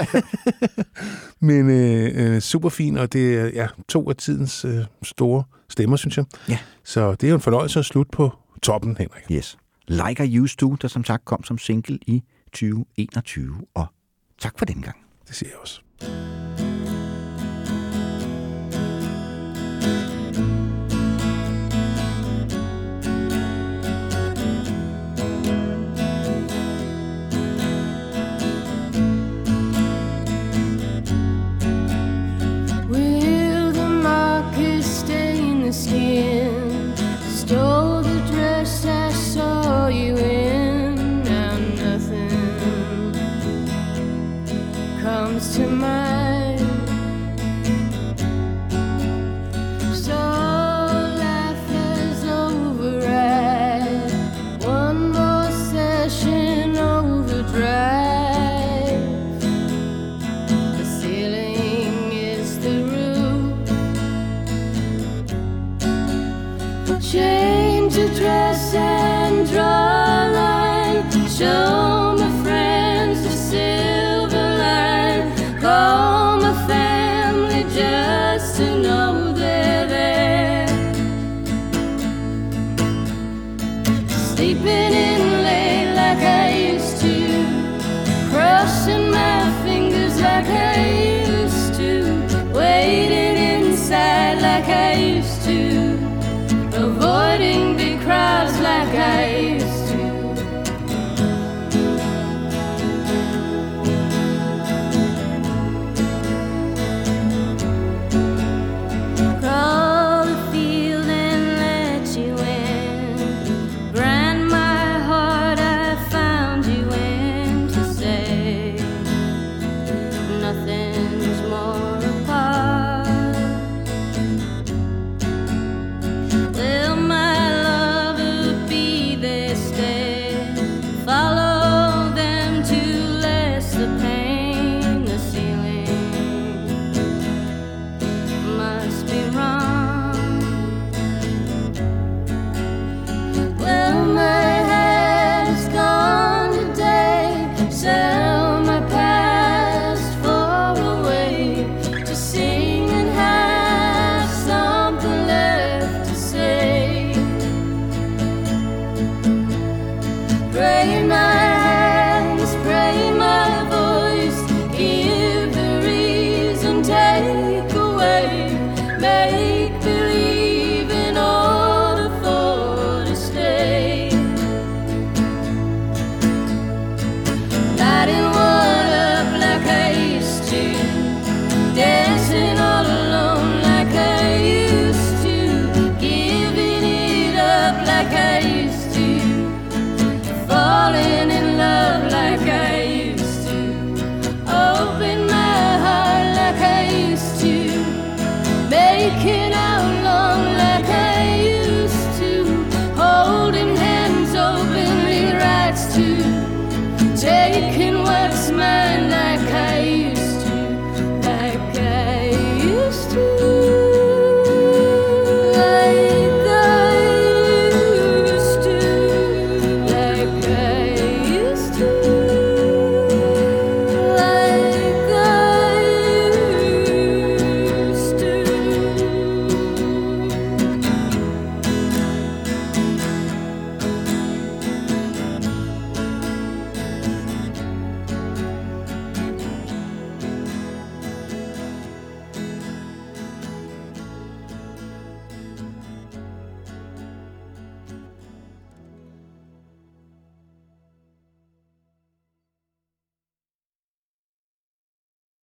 Men super fin, og det er 2 af tidens store stemmer, synes jeg. Ja. Så det er jo en fornøjelse at slutte på toppen, Henrik. Yes. Like I Used To, der som sagt kom som single i 2021, og tak for den gang. Det siger jeg også. Will the market stay in the skin? Stole the dress I saw you in. Now nothing comes to mind. So life is over, right? One more session overdrive. The ceiling is the roof. Change your dress and draw a line. Show my friends the silver line. Call my family just to know they're there. Sleeping in late like I used to. Crushing my fingers like I used to. Waiting inside like I used to.